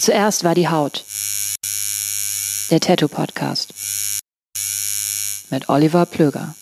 Zuerst war die Haut. Der Tattoo-Podcast. Mit Oliver Plöger.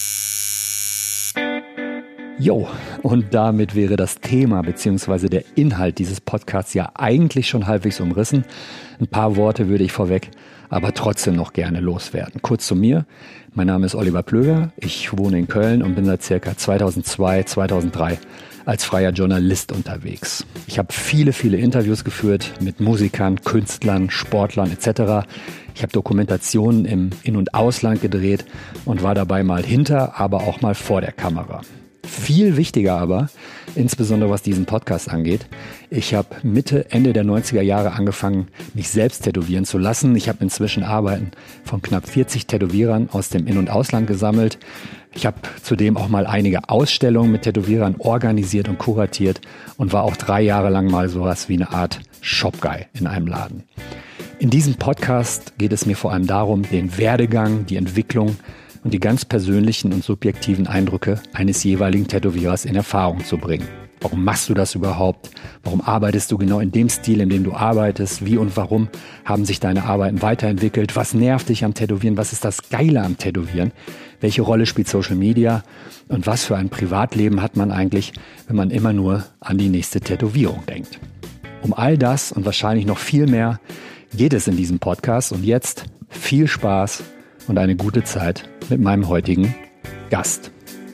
Jo, und damit wäre das Thema bzw. der Inhalt dieses Podcasts ja eigentlich schon halbwegs umrissen. Ein paar Worte würde ich vorweg, aber trotzdem noch gerne loswerden. Kurz zu mir. Mein Name ist Oliver Plöger. Ich wohne in Köln und bin seit circa 2002, 2003 als freier Journalist unterwegs. Ich habe viele Interviews geführt mit Musikern, Künstlern, Sportlern etc. Ich habe Dokumentationen im In- und Ausland gedreht und war dabei mal hinter, aber auch mal vor der Kamera. Viel wichtiger aber, insbesondere was diesen Podcast angeht, ich habe Ende der 90er Jahre angefangen, mich selbst tätowieren zu lassen. Ich habe inzwischen Arbeiten von knapp 40 Tätowierern aus dem In- und Ausland gesammelt. Ich habe zudem auch mal einige Ausstellungen mit Tätowierern organisiert und kuratiert und war auch 3 Jahre lang mal sowas wie eine Art Shopguy in einem Laden. In diesem Podcast geht es mir vor allem darum, den Werdegang, die Entwicklung und die ganz persönlichen und subjektiven Eindrücke eines jeweiligen Tätowierers in Erfahrung zu bringen. Warum machst du das überhaupt? Warum arbeitest du genau in dem Stil, in dem du arbeitest? Wie und warum haben sich deine Arbeiten weiterentwickelt? Was nervt dich am Tätowieren? Was ist das Geile am Tätowieren? Welche Rolle spielt Social Media? Und was für ein Privatleben hat man eigentlich, wenn man immer nur an die nächste Tätowierung denkt? Um all das und wahrscheinlich noch viel mehr geht es in diesem Podcast. Und jetzt viel Spaß und eine gute Zeit mit meinem heutigen Gast.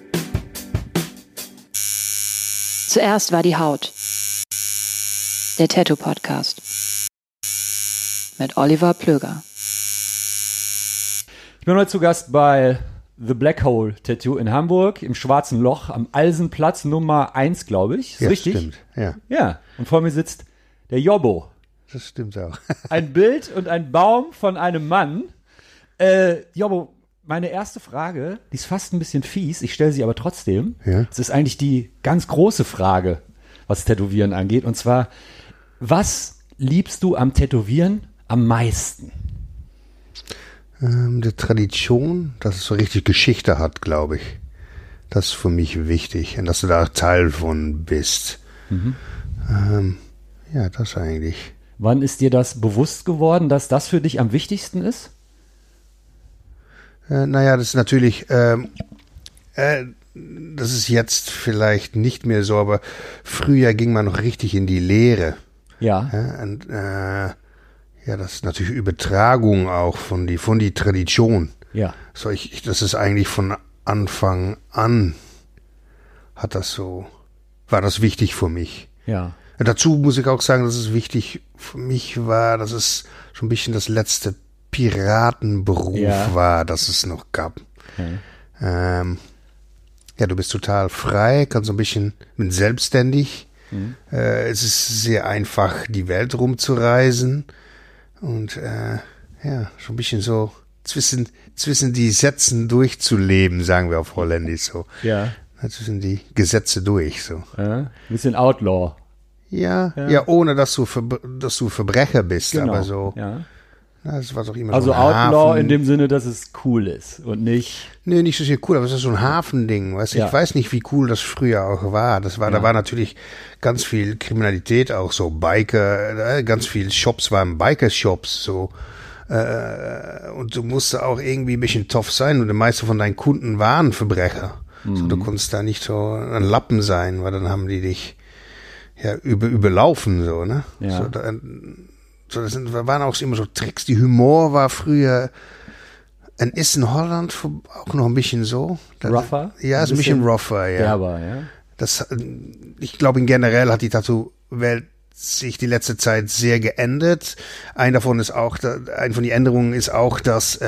Zuerst war die Haut. Der Tattoo-Podcast. Mit Oliver Plöger. Ich bin heute zu Gast bei The Black Hole Tattoo in Hamburg, im Schwarzen Loch, am Alsenplatz Nummer 1, glaube ich. Ist ja, richtig? Stimmt, ja. Ja, und vor mir sitzt der Jobbo. Das stimmt auch. Ein Bild und ein Baum von einem Mann. Jobbo, meine erste Frage, die ist fast ein bisschen fies, ich stelle sie aber trotzdem. Ja. Es ist eigentlich die ganz große Frage, was Tätowieren angeht. Und zwar, was liebst du am Tätowieren am meisten? Die Tradition, dass es so richtig Geschichte hat, glaube ich. Das ist für mich wichtig. Und dass du da Teil von bist. Ja, das eigentlich. Wann ist dir das bewusst geworden, dass das für dich am wichtigsten ist? Naja, das ist natürlich, das ist jetzt vielleicht nicht mehr so, aber früher ging man noch richtig in die Lehre. Ja. Und, ja, das ist natürlich Übertragung auch von die Tradition. Ja. So, das ist eigentlich von Anfang an war das wichtig für mich. Ja. Dazu muss ich auch sagen, dass es wichtig für mich war, dass es so ein bisschen das letzte Piratenberuf war, das es noch gab. Okay. Ja, du bist total frei, kannst so ein bisschen selbstständig. Es ist sehr einfach, die Welt rumzureisen. Und ja, schon ein bisschen so zwischen die Sätzen durchzuleben, sagen wir auf Holländisch so. Ja. Zwischen die Gesetze durch, so. Ein bisschen Outlaw. Ja, ohne dass du Verbrecher bist, Genau. aber so. Ja. Das war doch immer Also so ein Outlaw Hafen. in dem Sinne, dass es cool ist und nicht... Nee, nicht so sehr cool, aber es ist so ein Hafending, weißt du? Ja. Ich weiß nicht, wie cool das früher auch war. Da war natürlich ganz viel Kriminalität, auch so Biker, ganz viele Shops waren Biker-Shops, so. Und du musst auch irgendwie ein bisschen tough sein und die meisten von deinen Kunden waren Verbrecher. So, du konntest da nicht so ein Lappen sein, weil dann haben die dich ja überlaufen, so, ne? Ja. Waren auch immer so Tricks. Die Humor war früher und ist in Holland auch noch ein bisschen so. Rougher? Ja, ist ein bisschen rougher, ja. Derber, ja. Ich glaube, in generell hat die Tattoo-Welt sich die letzte Zeit sehr geändert. Eine von den Änderungen ist auch, dass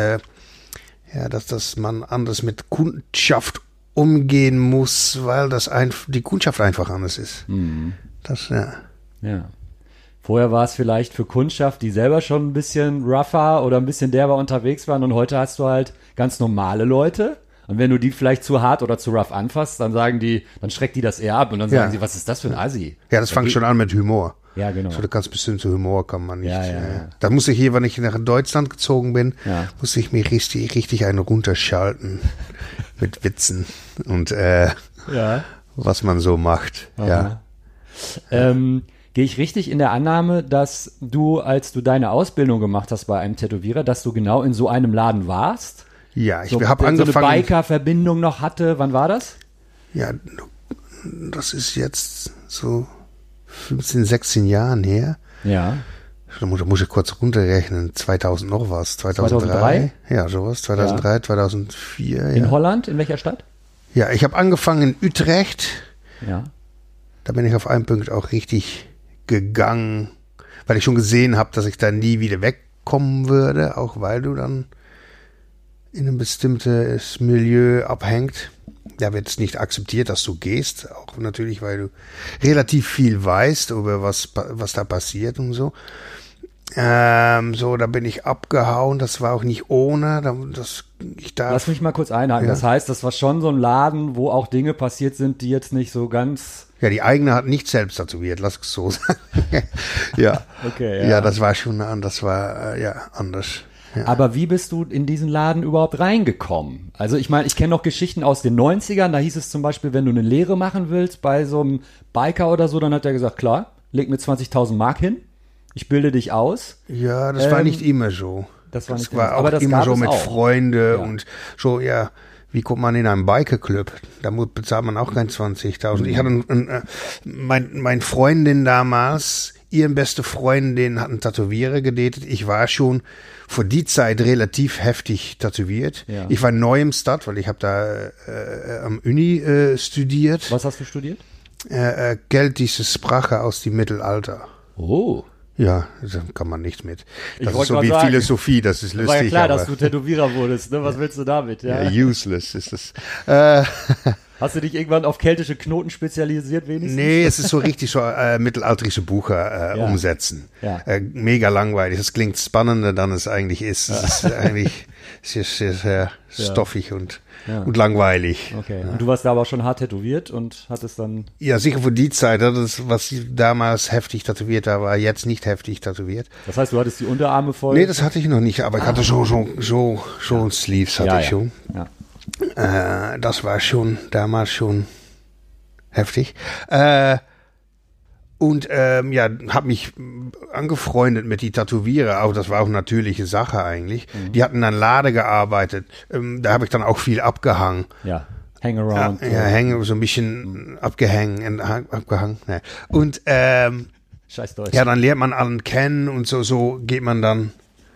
man anders mit Kundschaft umgehen muss, weil die Kundschaft einfach anders ist. Das, ja. Ja. Vorher war es vielleicht für Kundschaft, die selber schon ein bisschen rougher oder ein bisschen derber unterwegs waren, und heute hast du halt ganz normale Leute, und wenn du die vielleicht zu hart oder zu rough anfasst, dann schreckt die das eher ab und dann sagen sie, was ist das für ein Assi? Ja, das fängt schon an mit Humor. Ja, genau. So, du kannst bestimmt zu Humor kann man nicht. Ja. Da muss ich hier, wenn ich nach Deutschland gezogen bin, muss ich mir richtig einen runterschalten mit Witzen und was man so macht. Aha. Ja. Gehe ich richtig in der Annahme, dass du, als du deine Ausbildung gemacht hast bei einem Tätowierer, dass du genau in so einem Laden warst? Ja, ich so, habe angefangen. So eine Biker-Verbindung noch hatte. Wann war das? Ja, das ist jetzt so 15, 16 Jahren her. Ja. Da muss ich kurz runterrechnen. 2000 noch was. 2003? Ja, sowas. 2003, ja. 2004. Ja. In Holland? In welcher Stadt? Ja, ich habe angefangen in Utrecht. Ja. Da bin ich auf einen Punkt auch richtig gegangen, weil ich schon gesehen habe, dass ich da nie wieder wegkommen würde, auch weil du dann in ein bestimmtes Milieu abhängt. Da wird es nicht akzeptiert, dass du gehst, auch natürlich, weil du relativ viel weißt über was da passiert und so. So, da bin ich abgehauen, das war auch nicht ohne, Lass mich mal kurz einhaken, ja. Das heißt, das war schon so ein Laden, wo auch Dinge passiert sind, die jetzt nicht so ganz... Ja, die eigene hat nicht selbst tätowiert, lass es so sagen. Ja. Okay, ja. Ja, das war schon anders. Ja. Aber wie bist du in diesen Laden überhaupt reingekommen? Also ich meine, ich kenne noch Geschichten aus den 90ern, da hieß es zum Beispiel, wenn du eine Lehre machen willst bei so einem Biker oder so, dann hat er gesagt, klar, leg mir 20.000 Mark hin, ich bilde dich aus. Ja, das war nicht immer so. Das war nicht war auch aber das immer so mit auch. Freunden und so, ja. Wie kommt man in einen Bikerclub? Da bezahlt man auch kein 20.000. Ich hatte meine Freundin damals, ihre beste Freundin hat einen Tätowierer gedatet. Ich war schon vor die Zeit relativ heftig tätowiert. Ja. Ich war neu im Stad, weil ich habe da am Uni studiert. Was hast du studiert? Keltische Sprache aus dem Mittelalter. Oh. Ja, da kann man nicht mit. Das ist so wie sagen, Philosophie, das ist lustig. War ja klar, dass du Tätowierer wurdest, ne? Was willst du damit? Ja, useless ist das. Hast du dich irgendwann auf keltische Knoten spezialisiert wenigstens? Nee, es ist so richtig so mittelalterische Bücher umsetzen. Ja. Mega langweilig. Das klingt spannender, dann es eigentlich ist. Es ist eigentlich sehr stoffig und langweilig. Okay. Ja. Und du warst da aber schon hart tätowiert und hattest dann... Ja, sicher für die Zeit. Das, was damals heftig tätowiert war jetzt nicht heftig tätowiert. Das heißt, du hattest die Unterarme voll? Nee, das hatte ich noch nicht, aber ich hatte schon Sleeves hatte ich schon. Ja. Das war damals schon heftig. Und habe mich angefreundet mit die Tätowierer, auch das war auch eine natürliche Sache eigentlich. Mhm. Die hatten an Lade gearbeitet, da habe ich dann auch viel abgehangen. Ja, Hangaround. Ja, so ein bisschen abgehangen. Ne. Und Scheiß Deutsch. Ja, dann lernt man allen kennen und so geht man dann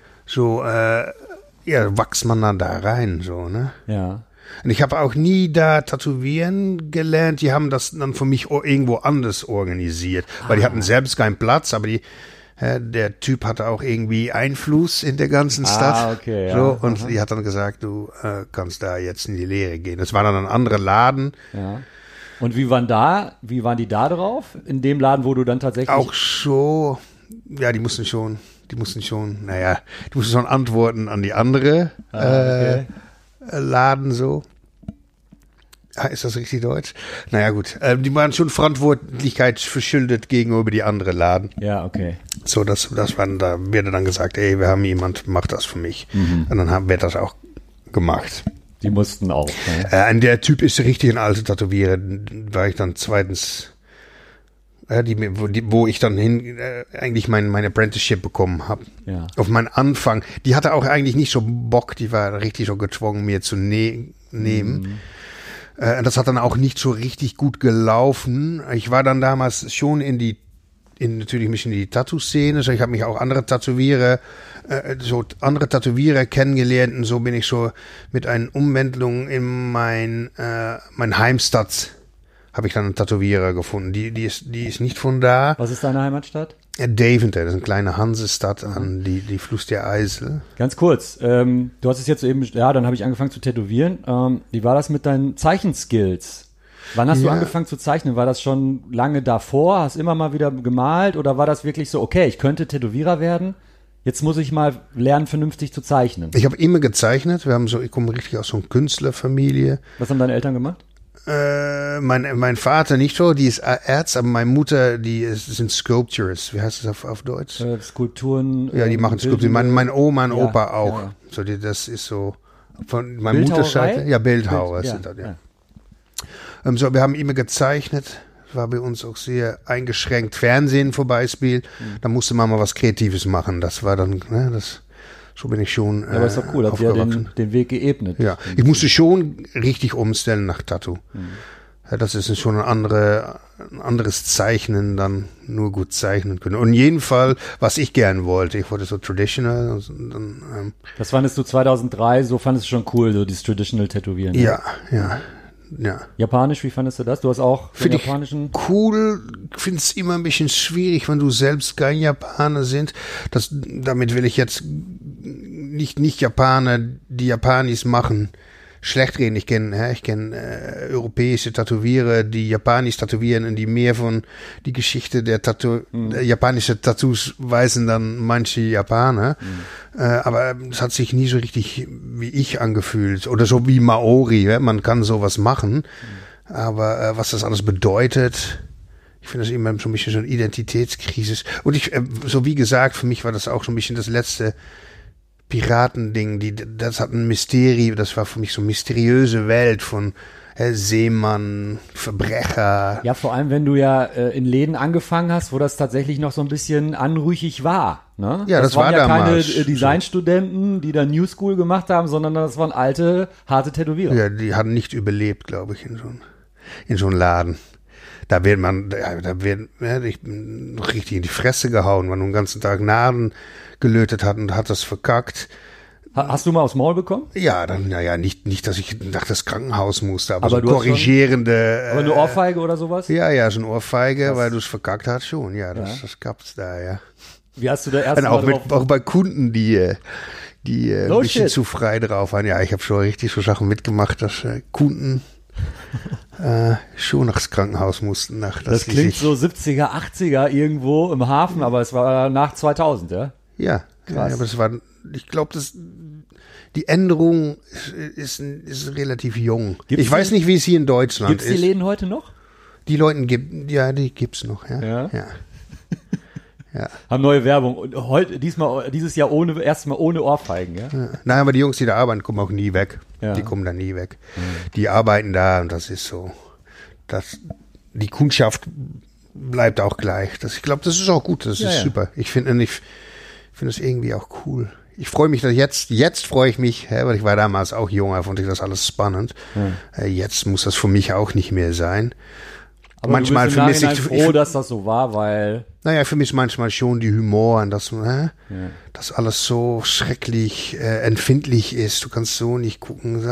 wächst man dann da rein, so, ne? Ja. Und ich habe auch nie da tätowieren gelernt. Die haben das dann für mich irgendwo anders organisiert. Weil die hatten selbst keinen Platz, aber der Typ hatte auch irgendwie Einfluss in der ganzen Stadt. Okay, ja. So, und die hat dann gesagt, du kannst da jetzt in die Lehre gehen. Das war dann ein anderer Laden. Ja. Und wie waren die da drauf? In dem Laden, wo du dann tatsächlich... Auch so, ja, die mussten schon antworten an die andere okay. Laden so. Ist das richtig deutsch? Naja, gut. Die waren schon Verantwortlichkeit verschuldet gegenüber die anderen Laden. Ja, okay. So, da wurde dann gesagt, ey, wir haben jemand, macht das für mich. Mhm. Und dann wird das auch gemacht. Die mussten auch. Ne? Der Typ ist richtig ein alter Tätowierer. War ich dann zweitens, wo ich dann eigentlich mein Apprenticeship bekommen habe. Ja. Auf meinen Anfang. Die hatte auch eigentlich nicht so Bock, die war richtig so gezwungen, mir zu nehmen. Mhm. Das hat dann auch nicht so richtig gut gelaufen. Ich war dann damals schon natürlich ein bisschen in die Tattoo-Szene. Also ich habe mich auch andere Tätowierer kennengelernt und so bin ich so mit einer Umwandlung in mein Heimstadt habe ich dann einen Tätowierer gefunden. Die ist nicht von da. Was ist deine Heimatstadt? Deventer, das ist eine kleine Hansestadt an die Fluss der Eisel. Ganz kurz, du hast es jetzt eben, dann habe ich angefangen zu tätowieren. Wie war das mit deinen Zeichenskills? Wann hast du angefangen zu zeichnen? War das schon lange davor? Hast immer mal wieder gemalt? Oder war das wirklich so, okay, ich könnte Tätowierer werden? Jetzt muss ich mal lernen, vernünftig zu zeichnen. Ich habe immer gezeichnet. Ich komme richtig aus so einer Künstlerfamilie. Was haben deine Eltern gemacht? Mein Vater nicht so, die ist Arzt, aber meine Mutter, sind Sculptures. Wie heißt das auf Deutsch? Skulpturen. Ja, die machen Skulpturen. Mein Oma und Opa auch. Ja. So, das ist so von meiner Mutterseite. Ja, Bildhauer sind das, ja. So, wir haben immer gezeichnet. war bei uns auch sehr eingeschränkt. Fernsehen vorbeispielen, da musste man mal was Kreatives machen. Das war dann, so bin ich schon aber ist doch cool, hat ja den Weg geebnet. Ja, ich musste schon richtig umstellen nach Tattoo. Ja, das ist schon ein anderes Zeichnen, dann nur gut zeichnen können. Und in jedem Fall, was ich gern wollte, ich wollte so traditional. Das fandest du 2003, so fandest du schon cool, so dieses traditional Tätowieren. Ja. Japanisch, wie fandest du das? Du hast auch den japanischen... Cool, finde es immer ein bisschen schwierig, wenn du selbst kein Japaner sind. Damit will ich jetzt nicht Japaner, die Japanis machen, schlecht reden. Ich kenne europäische Tätowierer, die Japanisch tätowieren und die mehr von die Geschichte der japanische Tattoos weisen dann manche Japaner. Aber es hat sich nie so richtig wie ich angefühlt. Oder so wie Maori. Ja? Man kann sowas machen. Aber was das alles bedeutet, ich finde das immer so ein bisschen so eine Identitätskrise. Und so wie gesagt, für mich war das auch so ein bisschen das letzte Piratending, das hat ein Mysterium, das war für mich so eine mysteriöse Welt von Seemann, Verbrecher. Ja, vor allem, wenn du ja in Läden angefangen hast, wo das tatsächlich noch so ein bisschen anrüchig war. Ne? Ja, das war ja damals keine Designstudenten, die da New School gemacht haben, sondern das waren alte, harte Tätowierer. Ja, die hatten nicht überlebt, glaube ich, in so einem Laden. Da wird ich bin richtig in die Fresse gehauen, weil man den ganzen Tag Nadeln gelötet hat und hat das verkackt. Hast du mal aufs Maul bekommen? Ja, dann, nicht, dass ich nach das Krankenhaus musste, aber so korrigierende. Aber eine Ohrfeige oder sowas? Ja, so eine Ohrfeige, weil du es verkackt hast schon. Ja, das gab's da, ja. Wie hast du da erst auch bei Kunden, die ein bisschen zu frei drauf waren. Ja, ich habe schon richtig so Sachen mitgemacht, dass Kunden schon nachs Krankenhaus mussten. Das klingt so 70er, 80er irgendwo im Hafen, aber es war nach 2000, ja? Ja, krass. Aber es war, ich glaube, die Änderung ist relativ jung. Ich weiß nicht, wie es hier in Deutschland ist. Gibt es die Läden heute noch? Die die gibt's noch, ja. Ja. Haben neue Werbung. Und dieses Jahr erstmal ohne Ohrfeigen, ja? Nein, aber die Jungs, die da arbeiten, kommen auch nie weg. Ja. Die kommen da nie weg. Die arbeiten da und das ist so, die Kundschaft bleibt auch gleich. Ich glaube, das ist auch gut, das ist super. Ich finde das irgendwie auch cool. Ich freue mich, dass jetzt freue ich mich, weil ich war damals auch jung, fand ich das alles spannend. Jetzt muss das für mich auch nicht mehr sein. Aber manchmal du bist im Nachhinein froh, dass das so war, weil... Naja, für mich ist manchmal schon die Humor und dass alles so schrecklich empfindlich ist. Du kannst so nicht gucken.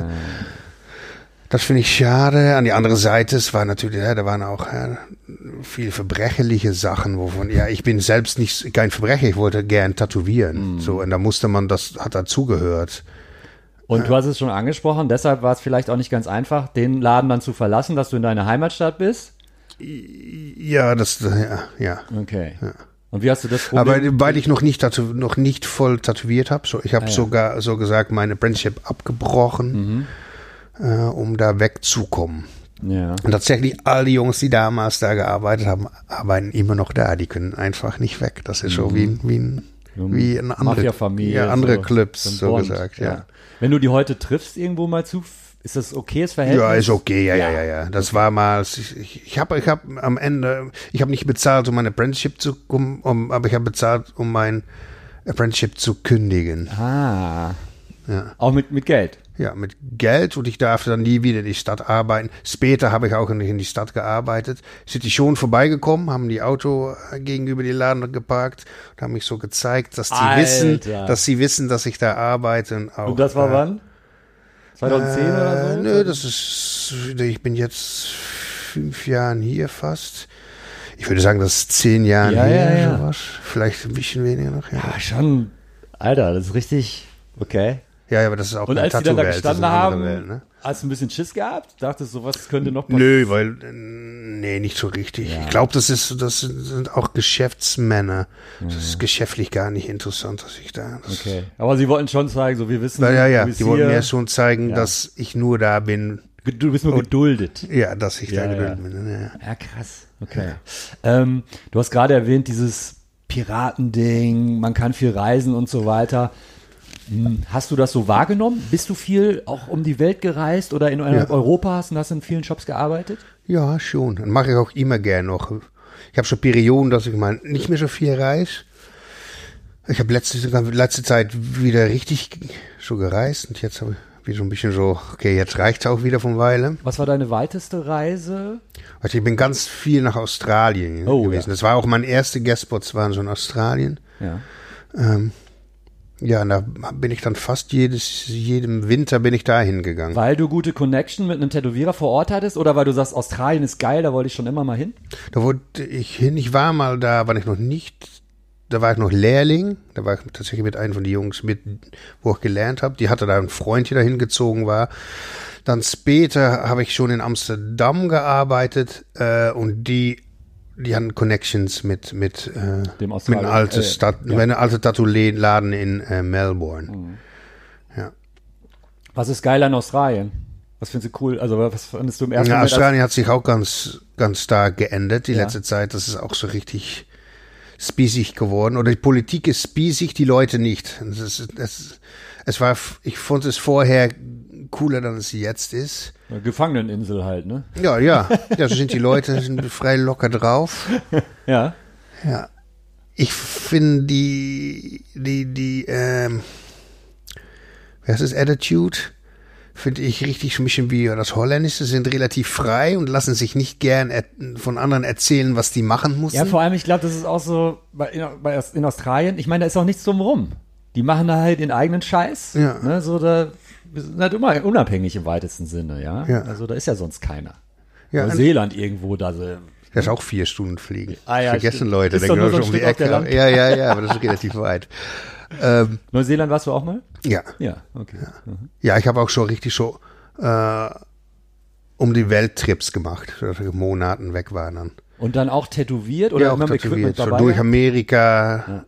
Das finde ich schade. An die andere Seite, es war natürlich, da waren auch viel verbrecherliche Sachen, wovon, ich bin selbst kein Verbrecher, ich wollte gern tätowieren. So, und da musste man, das hat dazugehört. Und du hast es schon angesprochen, deshalb war es vielleicht auch nicht ganz einfach, den Laden dann zu verlassen, dass du in deiner Heimatstadt bist? Ja, ja. Okay. Ja. Und wie hast du das Problem? Aber weil ich noch nicht voll tätowiert habe, ich habe sogar so gesagt meine Apprenticeship abgebrochen, um da wegzukommen. Ja. Und tatsächlich all die Jungs, die damals da gearbeitet haben, arbeiten immer noch da. Die können einfach nicht weg. Das ist so wie eine andere Mafia-Familie. Ja, andere Clubs, so gesagt, ja. Wenn du die heute triffst irgendwo mal ist das okayes Verhältnis? Ja, ist okay, ja. Das war mal, ich habe am Ende, ich habe nicht bezahlt, um mein Apprenticeship zu kommen, aber ich habe bezahlt, um mein Apprenticeship zu kündigen. Ah. Ja. Auch mit Geld? Ja, mit Geld, und ich darf dann nie wieder in die Stadt arbeiten. Später habe ich auch nicht in die Stadt gearbeitet. Sind die schon vorbeigekommen, haben die Auto gegenüber die Laden geparkt und haben mich so gezeigt, dass sie wissen, dass ich da arbeite. Und das war wann? 2010 oder so? Nö, ich bin jetzt 5 Jahren hier fast. Ich würde sagen, das ist 10 Jahre her, sowas. Vielleicht ein bisschen weniger noch. Ja, schon. Alter, das ist richtig, okay. Ja, aber das ist auch und als die dann da gestanden haben, Welt, ne? Hast du ein bisschen Schiss gehabt? Dachtest du, was könnte noch passieren? Nee, nicht so richtig. Ja. Ich glaube, das sind auch Geschäftsmänner. Das ist geschäftlich gar nicht interessant, dass ich da... Okay, aber sie wollten schon zeigen, so wir wissen... Ja, die wollten mir schon zeigen, dass ich nur da bin. Du bist nur geduldet. Ja, dass ich da geduldet bin. Ja, krass. Okay. Du hast gerade erwähnt, dieses Piratending, man kann viel reisen und so weiter. Hast du das so wahrgenommen? Bist du viel auch um die Welt gereist oder in Europa hast in vielen Shops gearbeitet? Ja, schon. Das mache ich auch immer gern noch. Ich habe schon Perioden, dass ich mal nicht mehr so viel reise. Ich habe letzte Zeit wieder richtig so gereist und jetzt habe ich wieder so ein bisschen so, okay, jetzt reicht's auch wieder von Weile. Was war deine weiteste Reise? Also ich bin ganz viel nach Australien gewesen. Ja. Das war auch mein erste Guestspots waren so in Australien. Ja. Ja, und da bin ich dann fast jedem Winter bin ich da hingegangen. Weil du gute Connection mit einem Tätowierer vor Ort hattest oder weil du sagst, Australien ist geil, da wollte ich schon immer mal hin? Da wollte ich hin. Ich war mal da, da war ich noch Lehrling. Da war ich tatsächlich mit einem von den Jungs mit, wo ich gelernt habe. Die hatte da einen Freund, der da hingezogen war. Dann später habe ich schon in Amsterdam gearbeitet und die hatten Connections mit dem einem alten Tattoo-Laden in Melbourne. Mhm. Ja. Was ist geil an Australien? Was findest du cool? Also was fandest du im ersten Moment? Australien hat sich auch ganz, ganz stark geändert die letzte Zeit. Das ist auch so richtig spießig geworden. Oder die Politik ist spießig, die Leute nicht. Ich fand es vorher cooler, als es jetzt ist. Eine Gefangeneninsel halt, ne? Ja, so sind die Leute, sind frei locker drauf. Ja. Ja. Ich finde was ist Attitude? Finde ich richtig ein bisschen wie das Holländische, sind relativ frei und lassen sich nicht gern von anderen erzählen, was die machen müssen. Ja, vor allem, ich glaube, das ist auch so in Australien, ich meine, da ist auch nichts drumherum. Die machen da halt ihren eigenen Scheiß. Ja. Ne, wir sind halt immer unabhängig im weitesten Sinne, ja. Also da ist ja sonst keiner. Ja, Neuseeland irgendwo, da das ist auch 4 Stunden fliegen. Vergessen stimmt. Leute, denken nur so um die Ecke. Ja, aber das ist relativ weit. Neuseeland warst du auch mal? Ja. Ja, okay. Ja, ich habe auch schon richtig um die Welt-Trips gemacht, dass wir Monaten weg waren dann. Und dann auch tätowiert oder auch immer mit tätowiert. Equipment dabei? So durch Amerika,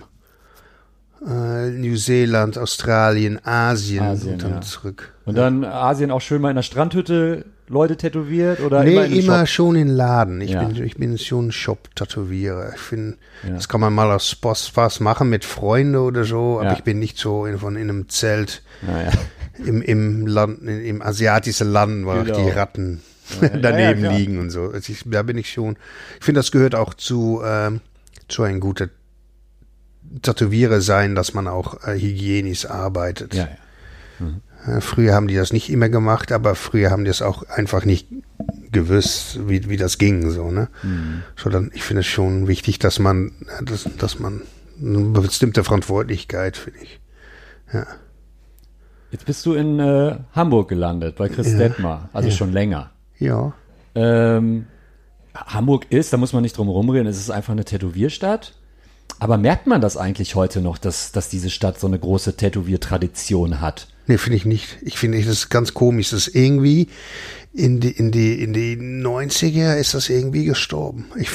Neuseeland, Australien, Asien und dann zurück. Und dann Asien auch schön mal in der Strandhütte Leute tätowiert oder immer schon in Laden. Ich bin schon Shop-Tätowierer. Ich finde, das kann man mal aus Spaß machen mit Freunden oder so, aber ich bin nicht so in einem Zelt im Land, im asiatischen Land, wo die Ratten daneben liegen und so. Also da bin ich schon. Ich finde, das gehört auch zu ein guter Tätowierer sein, dass man auch hygienisch arbeitet. Ja. Mhm. Früher haben die das nicht immer gemacht, aber früher haben die es auch einfach nicht gewusst, wie das ging, so, ne? Mhm. So, dann, ich finde es schon wichtig, dass man eine bestimmte Verantwortlichkeit, finde ich. Ja. Jetzt bist du in Hamburg gelandet, bei Chris Detmar, also schon länger. Ja. Hamburg ist, da muss man nicht drum rumreden, es ist einfach eine Tätowierstadt. Aber merkt man das eigentlich heute noch, dass diese Stadt so eine große Tätowiertradition hat? Nee, finde ich nicht. Ich finde, das ist ganz komisch. Das ist irgendwie in die 90er ist das irgendwie gestorben. Ich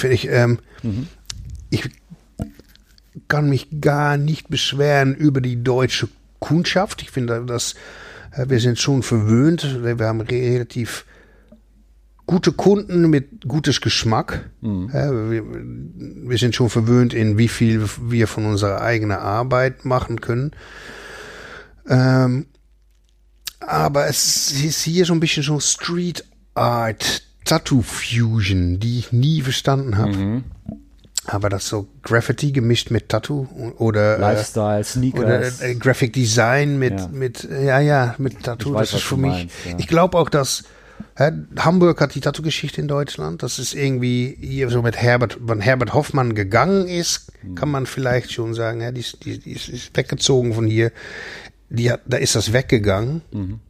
kann mich gar nicht beschweren über die deutsche Kundschaft. Ich finde, wir sind schon verwöhnt. Wir haben relativ gute Kunden mit gutes Geschmack. Wir sind schon verwöhnt, in wie viel wir von unserer eigenen Arbeit machen können. Aber es ist hier so ein bisschen so Street Art, Tattoo Fusion, die ich nie verstanden habe. Aber das so Graffiti gemischt mit Tattoo oder Lifestyle, Sneakers. Oder Graphic Design mit Tattoo. Das ist für mich. Meinst, ja. Ich glaube auch, dass Hamburg hat die Tattoo-Geschichte in Deutschland. Das ist irgendwie hier so mit wenn Herbert Hoffmann gegangen ist, kann man vielleicht schon sagen, die ist weggezogen von hier. Da ist das weggegangen.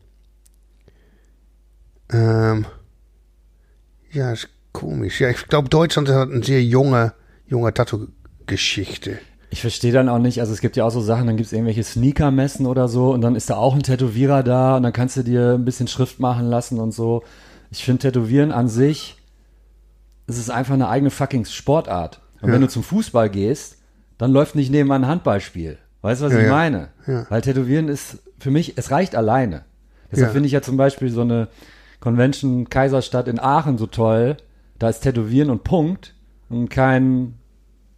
Ist komisch. Ja, ich glaube, Deutschland hat eine sehr junge Tattoo-Geschichte. Ich verstehe dann auch nicht, also es gibt ja auch so Sachen, dann gibt es irgendwelche Sneaker-Messen oder so und dann ist da auch ein Tätowierer da und dann kannst du dir ein bisschen Schrift machen lassen und so. Ich finde Tätowieren an sich, es ist einfach eine eigene fucking Sportart. Und wenn du zum Fußball gehst, dann läuft nicht nebenan ein Handballspiel. Weißt du, was ich meine? Ja. Weil Tätowieren ist für mich, es reicht alleine. Deshalb finde ich ja zum Beispiel so eine Convention Kaiserstadt in Aachen so toll. Da ist Tätowieren und Punkt und kein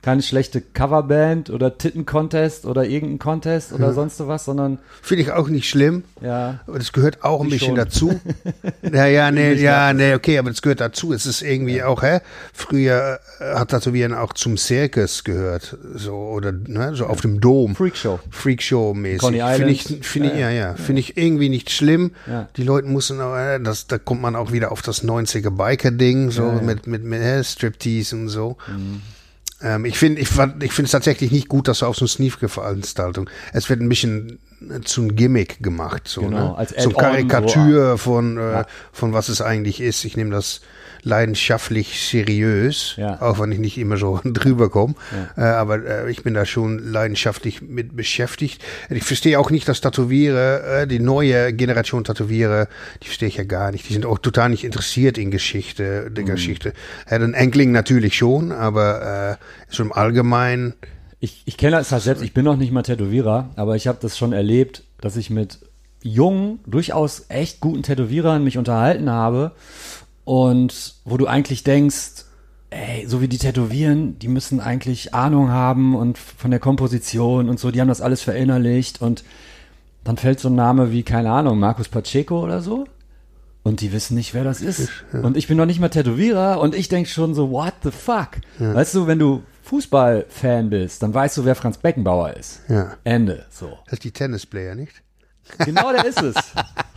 keine schlechte Coverband oder Titten-Contest oder irgendein Contest oder sonst was, sondern... Finde ich auch nicht schlimm. Ja. Aber das gehört auch ein bisschen schon. dazu. Okay, aber das gehört dazu. Es ist irgendwie auch, früher hat Tätowieren auch zum Circus gehört. So, oder, ne, so auf dem Dom. Freakshow-mäßig. Coney Island. Finde ich irgendwie nicht schlimm. Ja. Die Leute müssen auch, da kommt man auch wieder auf das 90er Biker-Ding, so mit Striptease und so. Mhm. Ich finde es tatsächlich nicht gut, dass so auf so eine Sneaker-Veranstaltung, es wird ein bisschen zu einem Gimmick gemacht, so, genau, ne? Als so Add-on, Karikatur von was es eigentlich ist. Ich nehme das leidenschaftlich seriös, auch wenn ich nicht immer so drüber komme, aber ich bin da schon leidenschaftlich mit beschäftigt. Ich verstehe auch nicht, dass Tätowierer, die neue Generation Tätowierer, die verstehe ich ja gar nicht. Die sind auch total nicht interessiert in Geschichte. Den Enkling natürlich schon, aber so im Allgemeinen. Ich kenne das halt selbst, ich bin noch nicht mal Tätowierer, aber ich habe das schon erlebt, dass ich mit jungen, durchaus echt guten Tätowierern mich unterhalten habe und wo du eigentlich denkst, ey, so wie die tätowieren, die müssen eigentlich Ahnung haben und von der Komposition und so, die haben das alles verinnerlicht und dann fällt so ein Name wie, keine Ahnung, Marcus Pacheco oder so und die wissen nicht, wer das ist. Und ich bin noch nicht mal Tätowierer und ich denke schon so, what the fuck? Ja. Weißt du, wenn du Fußballfan bist, dann weißt du, wer Franz Beckenbauer ist. Ja. Ende. So. Das ist die Tennisplayer, nicht? Genau, der ist es.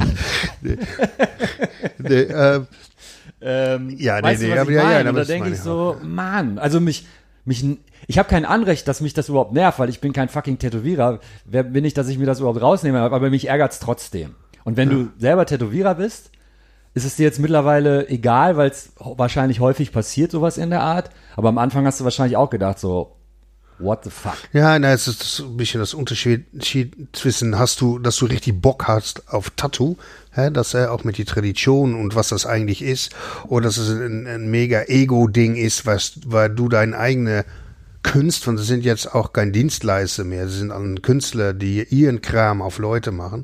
Da denke ich so, Mann, also ich habe kein Anrecht, dass mich das überhaupt nervt, weil ich bin kein fucking Tätowierer. Wer bin ich, dass ich mir das überhaupt rausnehme? Aber mich ärgert's trotzdem. Und wenn du selber Tätowierer bist, ist es dir jetzt mittlerweile egal, weil es wahrscheinlich häufig passiert, sowas in der Art. Aber am Anfang hast du wahrscheinlich auch gedacht, so, what the fuck? Ja, es ist ein bisschen das Unterschied zwischen, dass du richtig Bock hast auf Tattoo, dass er auch mit die Tradition und was das eigentlich ist, oder dass es ein mega Ego-Ding ist, weil du deine eigene Künstler, und das sind jetzt auch kein Dienstleister mehr, das sind alle Künstler, die ihren Kram auf Leute machen.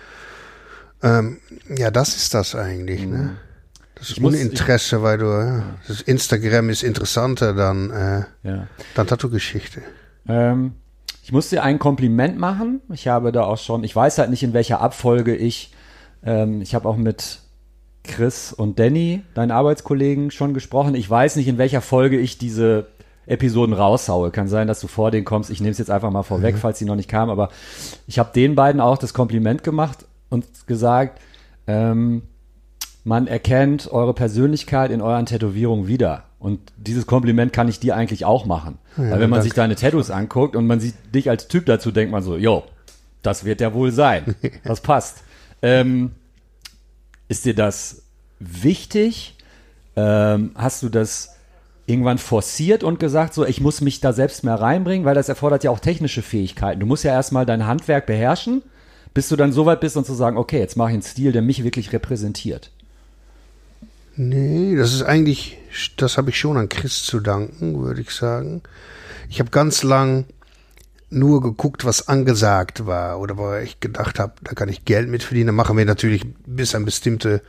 Das ist das eigentlich, ne? Das ist Uninteresse, weil das Instagram ist interessanter dann Tattoo-Geschichte. Ich muss dir ein Kompliment machen. Ich habe da auch schon, ich weiß halt nicht, in welcher Abfolge ich habe auch mit Chris und Danny, deinen Arbeitskollegen, schon gesprochen. Ich weiß nicht, in welcher Folge ich diese Episoden raushaue. Kann sein, dass du vor denen kommst. Ich nehme es jetzt einfach mal vorweg, falls sie noch nicht kamen. Aber ich habe den beiden auch das Kompliment gemacht und gesagt, man erkennt eure Persönlichkeit in euren Tätowierungen wieder. Und dieses Kompliment kann ich dir eigentlich auch machen. Ja, weil wenn man sich deine Tattoos anguckt und man sieht dich als Typ dazu, denkt man so, jo, das wird ja wohl sein. Das passt. Ist dir das wichtig? Hast du das irgendwann forciert und gesagt, so, ich muss mich da selbst mehr reinbringen? Weil das erfordert ja auch technische Fähigkeiten. Du musst ja erstmal dein Handwerk beherrschen, bis du dann so weit bist und zu sagen, okay, jetzt mache ich einen Stil, der mich wirklich repräsentiert. Nee, das habe ich schon an Chris zu danken, würde ich sagen. Ich habe ganz lang nur geguckt, was angesagt war oder wo ich gedacht habe, da kann ich Geld mit verdienen. Da machen wir natürlich bis an bestimmte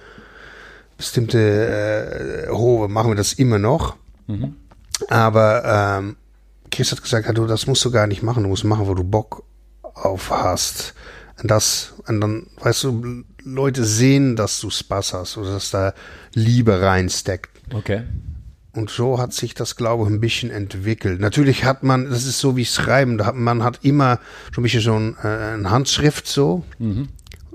Hohe machen wir das immer noch. Mhm. Aber Chris hat gesagt, du, das musst du gar nicht machen. Du musst machen, wo du Bock auf hast. Und dann, weißt du, Leute sehen, dass du Spaß hast oder dass da Liebe reinsteckt. Okay. Und so hat sich das, glaube ich, ein bisschen entwickelt. Natürlich hat man, das ist so wie Schreiben, man hat immer so ein bisschen so eine Handschrift so. Mhm.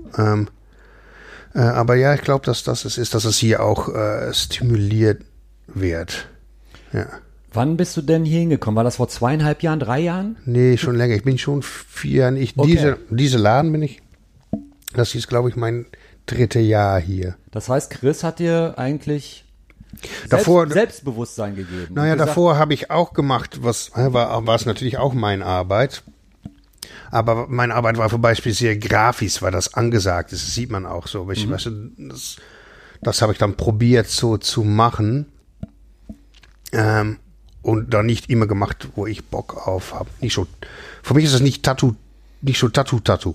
Aber ja, ich glaube, dass das es ist, dass es hier auch stimuliert wird. Ja. Wann bist du denn hier hingekommen? War das vor 2,5 Jahren, 3 Jahren? Nee, schon länger. Ich bin schon 4 Jahren. Diese Laden bin ich, das ist, glaube ich, mein 3. Jahr hier. Das heißt, Chris hat dir eigentlich Selbstbewusstsein gegeben. Naja, davor habe ich auch gemacht, war es natürlich auch meine Arbeit. Aber meine Arbeit war zum Beispiel sehr grafisch, weil das angesagt ist. Das sieht man auch so. Weißt du, das habe ich dann probiert so zu machen. Und dann nicht immer gemacht, wo ich Bock auf habe. Für mich ist das nicht Tattoo. So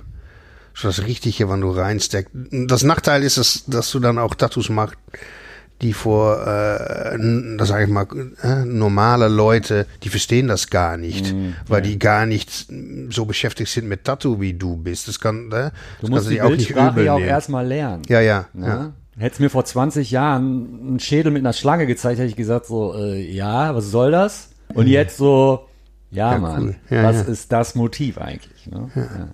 das Richtige, wenn du reinsteckst. Das Nachteil ist, dass du dann auch Tattoos machst, die das sage ich mal, normale Leute, die verstehen das gar nicht, weil die gar nicht so beschäftigt sind mit Tattoo, wie du bist. Das kann, du musst die Bildsprache ja auch erstmal lernen. Ja. Hättest mir vor 20 Jahren einen Schädel mit einer Schlange gezeigt, hätte ich gesagt so, ja, was soll das? Und jetzt so, ja Mann, cool. was ist das Motiv eigentlich? Ne?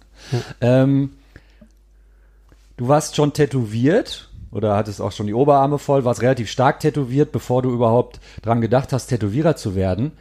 Du warst schon tätowiert oder hattest auch schon die Oberarme voll, warst relativ stark tätowiert, bevor du überhaupt dran gedacht hast, Tätowierer zu werden.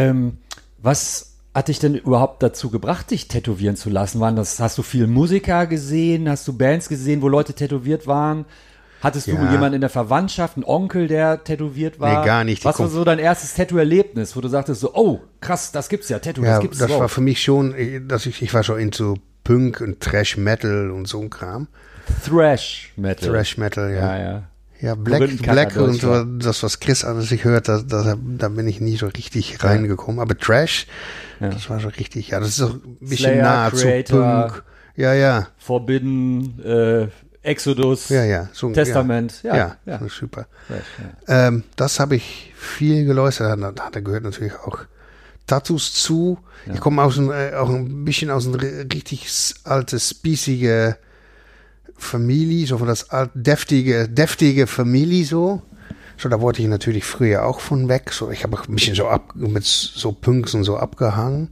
Was hat dich denn überhaupt dazu gebracht, dich tätowieren zu lassen? Hast du viel Musiker gesehen? Hast du Bands gesehen, wo Leute tätowiert waren? Hattest du jemanden in der Verwandtschaft, einen Onkel, der tätowiert war? Nee, gar nicht. Was war so dein erstes Tattoo-Erlebnis, wo du sagtest so, oh, krass, das gibt's ja, Tattoo, das gibt's das so. war für mich schon, ich war schon into Punk und Thrash Metal und so ein Kram. Thrash Metal, ja. Ja, Black und so, das, was Chris an sich hört, da bin ich nie so richtig reingekommen. Aber Thrash, das war schon richtig, das ist so ein bisschen Slayer, nah Creator, zu Punk. Ja. Forbidden, Exodus, so, Testament. Super. Thrash, das habe ich viel geläutert. Da gehört natürlich auch Tattoos zu. Ja. Ich komme auch ein bisschen aus einer richtig alte, spießige Familie, so von das deftige Familie so. So, da wollte ich natürlich früher auch von weg. So, ich habe ein bisschen mit so Punks und so abgehangen.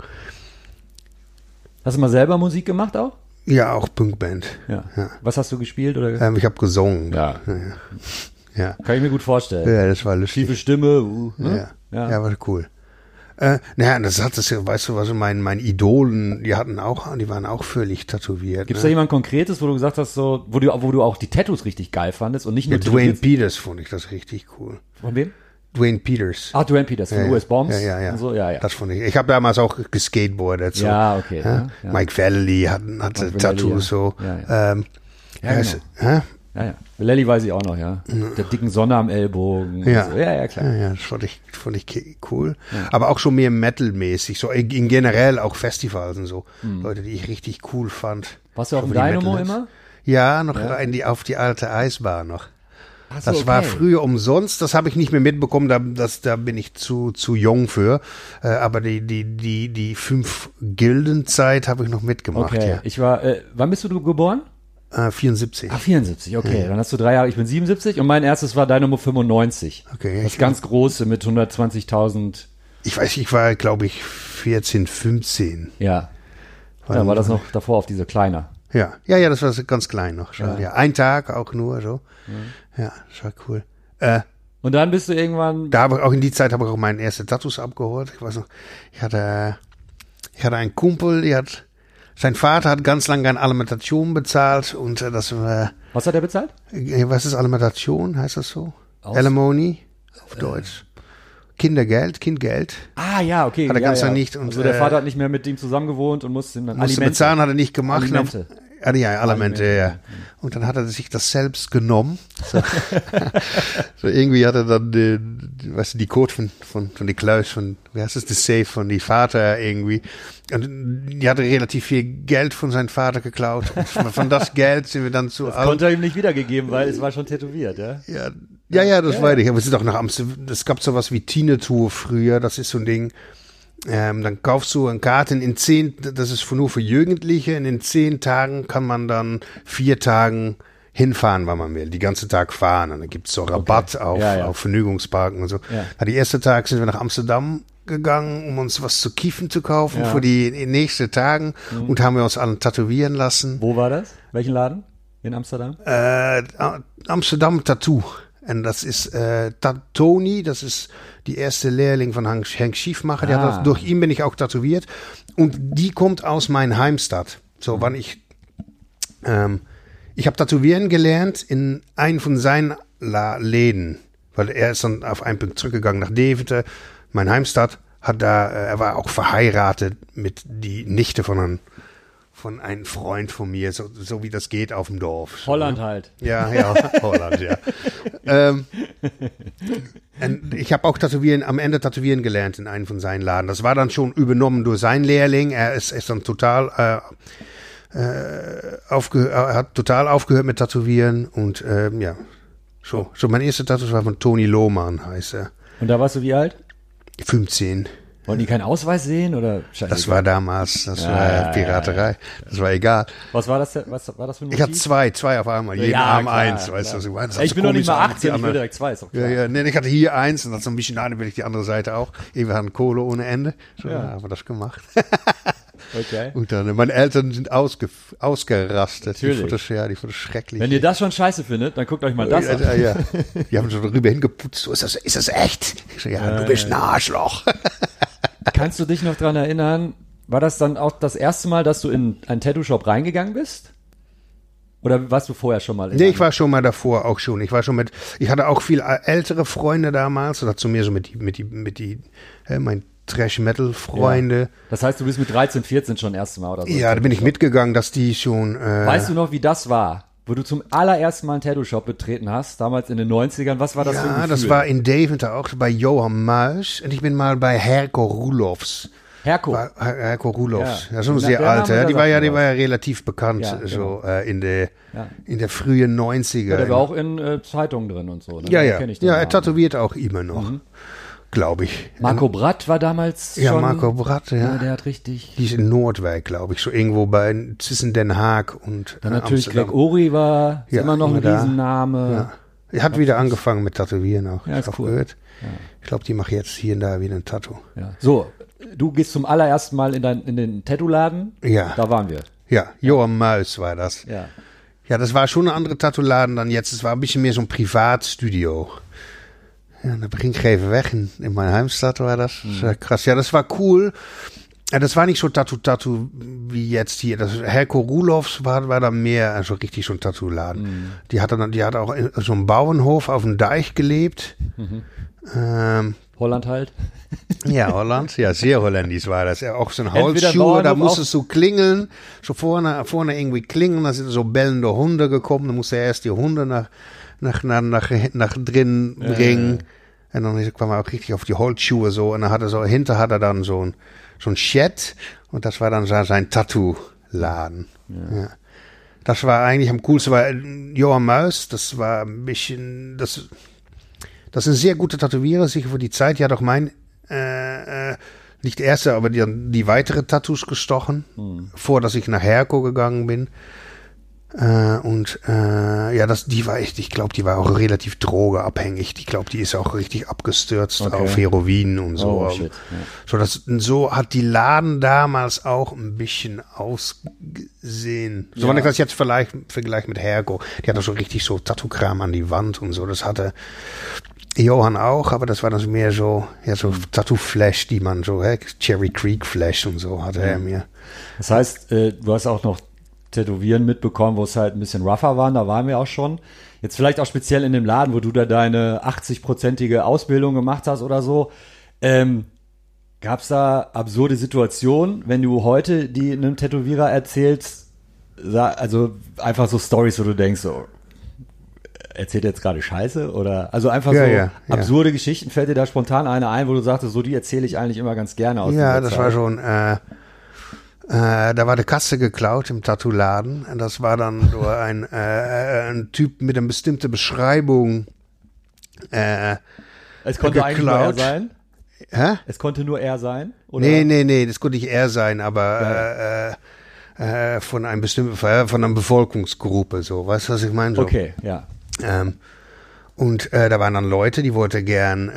Hast du mal selber Musik gemacht auch? Ja, auch Punkband. Ja. Was hast du gespielt? Oder? Ich habe gesungen. Ja. Ja. Kann ich mir gut vorstellen. Ja, das war lustig. Tiefe Stimme. Ne? Ja, war cool. Weißt du, was mein Idolen, die waren auch völlig tätowiert. Gibt es da jemand Konkretes, wo du gesagt hast, so, wo du auch die Tattoos richtig geil fandest und nicht nur Dwayne Peters fand ich das richtig cool. Von wem? Dwayne Peters. Dwayne Peters von US Bombs. Ja. Und so, ja. Das fand ich. Ich habe damals auch geskateboardet. So. Ja, okay. Ja. Mike Vallely hatte Tattoos so. Genau. Ja. Vallely weiß ich auch noch, ja. Der dicken Sonne am Ellbogen. Ja. So. Ja, klar. Ja, das fand ich cool. Ja. Aber auch schon mehr Metal-mäßig, so in generell auch Festivals und so. Leute, die ich richtig cool fand. Warst du auf dem Dynamo immer? Ja, auf die alte Eisbahn noch. So, das war früher umsonst, das habe ich nicht mehr mitbekommen, da bin ich zu jung für. Aber die 5 Gildenzeit habe ich noch mitgemacht. Okay, ja. Wann bist du geboren? 74. 74, okay. Ja. Dann hast du 3 Jahre, ich bin 77 und mein erstes war Dynamo 95. Okay. Das ganz große mit 120.000. Ich war, glaube ich, 14, 15. Ja. Da war das noch davor auf diese kleiner. Ja, das war ganz klein noch schon. Ja. Ein Tag auch nur so. Ja, das war cool. Und dann bist du irgendwann. Auch in die Zeit habe ich auch meine ersten Tattoos abgeholt. Ich weiß noch, ich hatte einen Kumpel, sein Vater hat ganz lange eine Alimentation bezahlt und das war. Was hat er bezahlt? Was ist Alimentation? Heißt das so? Alimony auf Deutsch. Kindgeld. Ah, ja, okay. Hat er ganz lange nicht. Und, also der Vater hat nicht mehr mit ihm zusammen gewohnt und musste ihm dann Alimente bezahlen, hat er nicht gemacht. Alimente. Alimente, ja. Und dann hat er sich das selbst genommen. So, so irgendwie hat er dann die Code von die Klaus wie heißt es, die Safe von die Vater irgendwie. Und die hatte relativ viel Geld von seinem Vater geklaut. Und von das Geld sind wir dann zu alt. Konnte er ihm nicht wiedergegeben, weil es war schon tätowiert, ja? Ja, das weiß ich. Aber es ist auch nach Amsterdam. Es gab sowas wie Teenetour früher. Das ist so ein Ding. Dann kaufst du eine Karte das ist nur für Jugendliche. Und in 10 Tagen kann man dann 4 Tagen hinfahren, wann man will. Die ganze Tag fahren. Und dann gibt's so Rabatt auf Vergnügungsparken und so. Ja. Die ersten Tag sind wir nach Amsterdam gegangen, um uns was zu kiffen zu kaufen für die nächsten Tagen. Und haben wir uns alle tätowieren lassen. Wo war das? Welchen Laden? In Amsterdam? Amsterdam Tattoo. Und das ist Tony, das ist die erste Lehrling von Henk Schiefmacher. Durch ihn bin ich auch tätowiert. Und die kommt aus meiner Heimstadt. So, wann ich habe Tätowieren gelernt in einem von seinen Läden. Weil er ist dann auf einen Punkt zurückgegangen nach Deventer, meine Heimstadt. Er war auch verheiratet mit die Nichte von einem Freund von mir, so wie das geht auf dem Dorf. So, Holland halt. Ja, Holland, ja. Ich habe auch am Ende Tätowieren gelernt in einem von seinen Laden. Das war dann schon übernommen durch seinen Lehrling. Er ist dann total hat total aufgehört mit Tätowieren und So mein erster Tattoo war von Toni Lohmann, heißt er. Und da warst du wie alt? 15. Wollten die keinen Ausweis sehen oder? Das war damals, war Piraterei. Das war egal. Was war das für ein Motiv? Ich hatte zwei auf einmal, jeden Arm eins, weißt du, was ich meine? Ich bin noch nicht mal 18, ich will direkt zwei, ist doch klar. Ja, nee, ich hatte hier eins und dann so ein bisschen eine will ich die andere Seite auch. Wir hatten Kohle ohne Ende. So haben wir das gemacht. Okay. Und dann, meine Eltern sind ausgerastet. Natürlich. Die fanden das schrecklich. Wenn ihr das schon scheiße findet, dann guckt euch mal das an. Ja. Die haben schon darüber hingeputzt. So, ist das echt? Ich so, du bist ein Arschloch. Kannst du dich noch dran erinnern, war das dann auch das erste Mal, dass du in einen Tattoo-Shop reingegangen bist? Oder warst du vorher schon mal? Nee, ich war schon mal davor auch schon. Ich hatte auch viel ältere Freunde damals. Oder zu mir so mein Thrash-Metal-Freunde. Ja. Das heißt, du bist mit 13, 14 schon erste Mal oder so? Ja, da bin ich mitgegangen, dass die schon... Weißt du noch, wie das war? Wo du zum allerersten Mal einen Tattoo-Shop betreten hast, damals in den 90ern. Was war das für ein Gefühl? Ja, das war in Deventer auch bei Johann Maus. Und ich bin mal bei Herko Roelofs. Herko Roelofs. Ja, schon sehr alt. Die war ja relativ bekannt, so in der frühen 90er. Ja, der war auch in Zeitungen drin und so. Ne? Ja. Er tätowiert auch immer noch. Glaube ich. Marco Bratt war damals schon. Ja, Marco Bratt, ja. Der hat richtig. Die ist in Nordwijk, glaube ich, so irgendwo zwischen Den Haag und dann natürlich Amsterdam. Greg Ori war immer noch ein Riesenname. Ja. Er hat wieder angefangen mit Tätowieren auch. Ja, ist cool. Gehört. Ja. Ich glaube, die macht jetzt hier und da wieder ein Tattoo. Ja. So, du gehst zum allerersten Mal in den Tattoo-Laden. Ja. Da waren wir. Ja, Johann Maus war das. Ja. Ja, das war schon ein anderer Tattoo-Laden dann jetzt. Es war ein bisschen mehr so ein Privatstudio. Ja, da ging ich even weg. In mijn Heimstad war das. Krass. Ja, das war cool. Ja, das war nicht so Tattoo wie jetzt hier. Das Herko Roelofs war da mehr, also richtig so ein Tattoo-Laden. Die hat auch in so einem Bauernhof auf dem Deich gelebt. Holland halt. Ja, Holland. Ja, sehr holländisch war das. Ja, auch so ein Holzschuhe, da musstest du klingeln. So vorne irgendwie klingeln. Da sind so bellende Hunde gekommen. Da musste er erst die Hunde nach drin bringen. Und dann kwam er auch richtig auf die Holzschuhe so. Und dann hinter hat er dann so ein Shed. Und das war dann sein Tattoo-Laden. Ja. Das war eigentlich am coolsten. Weil Johann Maus, das war ein bisschen, das ist ein sehr guter Tätowierer, sicher für die Zeit. Ja, doch nicht der erste, aber die weitere Tattoos gestochen, vor dass ich nach Herko gegangen bin. Ich glaube, die war auch relativ drogeabhängig. Ich glaube, die ist auch richtig abgestürzt auf Heroin und so. Oh, shit. Ja. So hat die Laden damals auch ein bisschen ausgesehen. So, wenn ich das jetzt vergleiche mit Herko, die hatte so richtig so Tattoo-Kram an die Wand und so. Das hatte Johann auch, aber das war dann mehr so Tattoo-Flash, die man so, Cherry Creek Flash und so hatte er mir. Das heißt, du hast auch noch Tätowieren mitbekommen, wo es halt ein bisschen rougher waren, da waren wir auch schon. Jetzt vielleicht auch speziell in dem Laden, wo du da deine 80-prozentige Ausbildung gemacht hast oder so. Gab es da absurde Situationen, wenn du heute die einem Tätowierer erzählst, also einfach so Stories, wo du denkst, so, erzählt jetzt gerade Scheiße? Oder also einfach absurde Geschichten, fällt dir da spontan eine ein, wo du sagtest, so die erzähle ich eigentlich immer ganz gerne aus Ja, dieser das Zeit. war schon, da war die Kasse geklaut im Tattoo-Laden. Und das war dann so ein Typ mit einer bestimmten Beschreibung Es konnte eigentlich nur er geklaut. sein? Hä? Es konnte nur er sein? Oder? Nee, das konnte nicht er sein, aber von einer Bevölkerungsgruppe, so, weißt du, was ich meine? So. Okay, ja. Und da waren dann Leute, die wollten gern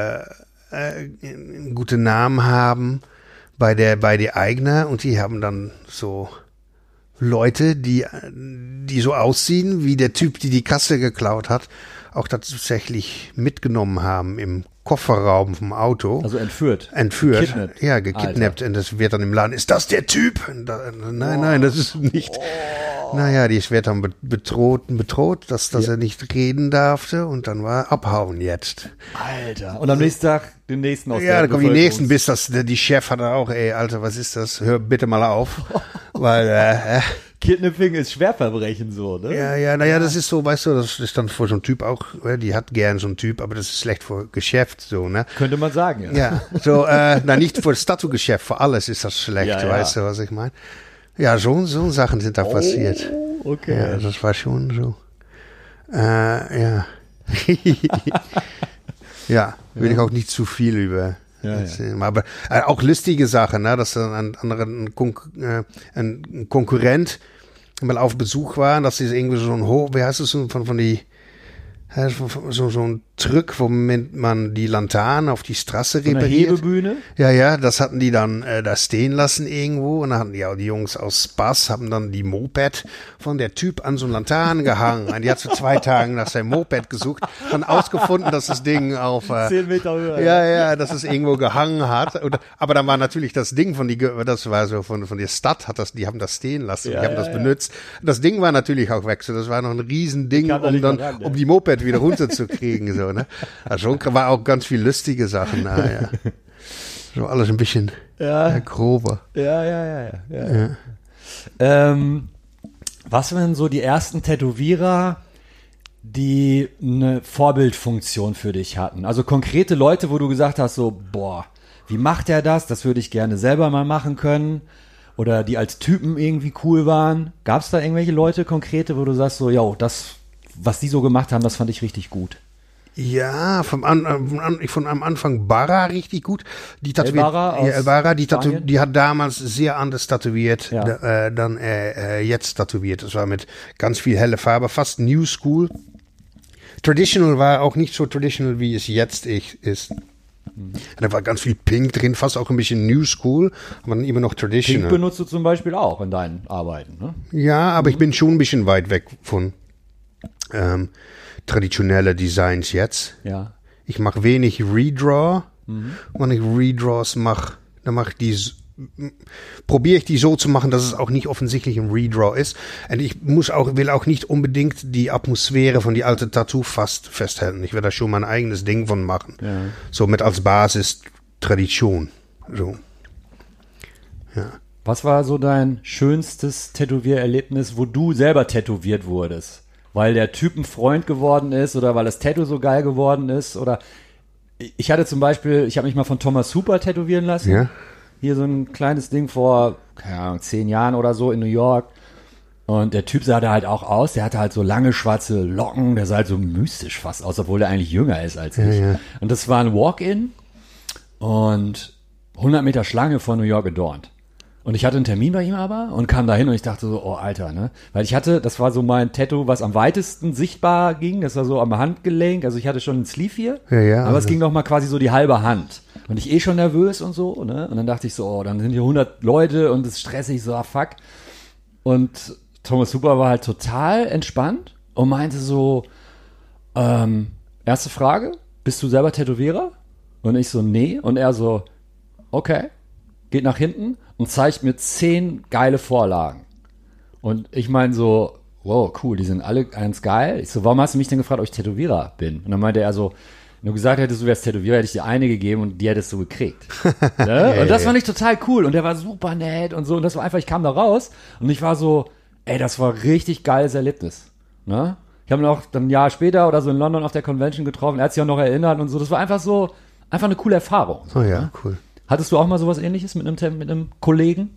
einen guten Namen haben bei der Eigner, und die haben dann so Leute, die so aussehen wie der Typ, die Kasse geklaut hat, auch tatsächlich mitgenommen haben im Kofferraum vom Auto. Also entführt. Gekidnappt. Ja, gekidnappt. Und das wird dann im Laden, ist das der Typ? Nein, das ist nicht. Naja, die wird dann bedroht, dass er nicht reden darfte, und dann war abhauen jetzt. Alter. Und am nächsten Tag den nächsten aus Ja, da kommen die nächsten, bis die Chef hat auch, Alter, was ist das? Hör bitte mal auf. Weil, Kidnapping ist Schwerverbrechen so, ne? Ja, das ist so, weißt du, das ist dann für so ein Typ auch, die hat gern so einen Typ, aber das ist schlecht für Geschäft, so, ne? Könnte man sagen, ja. Ja, so, nicht für das Tattoo-Geschäft, für alles ist das schlecht, weißt du, was ich meine? Ja, so Sachen sind da passiert. Okay. Ja, das war schon so. Ja. Ja, will ich auch nicht zu viel über erzählen. Aber auch lustige Sachen, ne? Dass dann ein Konkurrent mal auf Besuch war, dass sie irgendwie so ein wie heißt es, von die so ein Truck, womit man die Lanternen auf die Straße repariert. Eine Hebebühne? Ja, das hatten die dann da stehen lassen irgendwo. Und dann hatten die Jungs aus Spaß, haben dann die Moped von der Typ an so einen Lanternen gehangen. Und die hat für 2 Tagen nach seinem Moped gesucht, dann ausgefunden, dass das Ding auf 10 Meter höher. Ja, dass es irgendwo gehangen hat. Aber dann war natürlich das Ding das war so von der Stadt, die haben das stehen lassen, die haben das benutzt. Das Ding war natürlich auch weg. So, das war noch ein Riesending, um die Moped wieder runterzukriegen, so, ne? Also war auch ganz viel lustige Sachen, ja. So alles ein bisschen grober. Ja. Was waren so die ersten Tätowierer, die eine Vorbildfunktion für dich hatten? Also konkrete Leute, wo du gesagt hast, so, boah, wie macht er das? Das würde ich gerne selber mal machen können. Oder die als Typen irgendwie cool waren. Gab es da irgendwelche Leute konkrete, wo du sagst, so, yo, das, was die so gemacht haben, das fand ich richtig gut? Ja, von am Anfang Barra richtig gut. Die die hat damals sehr anders tätowiert, dann jetzt tätowiert. Das war mit ganz viel helle Farbe, fast New School. Traditional war auch nicht so traditional, wie es jetzt ist. Da war ganz viel Pink drin, fast auch ein bisschen New School, aber dann immer noch Traditional. Pink benutzt du zum Beispiel auch in deinen Arbeiten, ne? Ja, aber ich bin schon ein bisschen weit weg von traditionelle Designs jetzt. Ja. Ich mache wenig Redraw. Wenn ich Redraws mache, dann probiere ich die so zu machen, dass es auch nicht offensichtlich ein Redraw ist. Und ich will auch nicht unbedingt die Atmosphäre von die alte Tattoo festhalten. Ich will da schon mein eigenes Ding von machen. Ja. So mit als Basis Tradition. So. Ja. Was war so dein schönstes Tätowiererlebnis, wo du selber tätowiert wurdest? Weil der Typ ein Freund geworden ist oder weil das Tattoo so geil geworden ist? Oder ich hatte zum Beispiel, ich habe mich mal von Thomas Hooper tätowieren lassen. Ja. Hier so ein kleines Ding vor, keine Ahnung, 10 Jahren oder so in New York. Und der Typ sah da halt auch aus. Der hatte halt so lange schwarze Locken. Der sah halt so mystisch fast aus, obwohl er eigentlich jünger ist als ich. Ja. Und das war ein Walk-in und 100 Meter Schlange vor New York Adorned. Und ich hatte einen Termin bei ihm aber und kam da hin und ich dachte so, oh Alter, ne? Weil das war so mein Tattoo, was am weitesten sichtbar ging. Das war so am Handgelenk. Also ich hatte schon einen Sleeve hier, aber es ging noch mal quasi so die halbe Hand. Und ich schon nervös und so, ne? Und dann dachte ich so, oh, dann sind hier 100 Leute und es ist stressig, so, fuck. Und Thomas Hooper war halt total entspannt und meinte so, erste Frage, bist du selber Tätowierer? Und ich so, nee. Und er so, okay, geht nach hinten und zeigt mir 10 geile Vorlagen. Und ich meine so, wow, cool, die sind alle ganz geil. Ich so, warum hast du mich denn gefragt, ob ich Tätowierer bin? Und dann meinte er so, wenn du gesagt hättest, du wärst Tätowierer, hätte ich dir eine gegeben und die hättest du gekriegt. Ne? Und das fand ich total cool. Und der war super nett und so. Und das war einfach, ich kam da raus und ich war so, ey, das war richtig geiles Erlebnis. Ne? Ich habe ihn auch dann ein Jahr später oder so in London auf der Convention getroffen. Er hat sich auch noch erinnert und so. Das war einfach so, einfach eine coole Erfahrung. Oh ja, ne? Cool. Hattest du auch mal sowas Ähnliches mit einem Kollegen?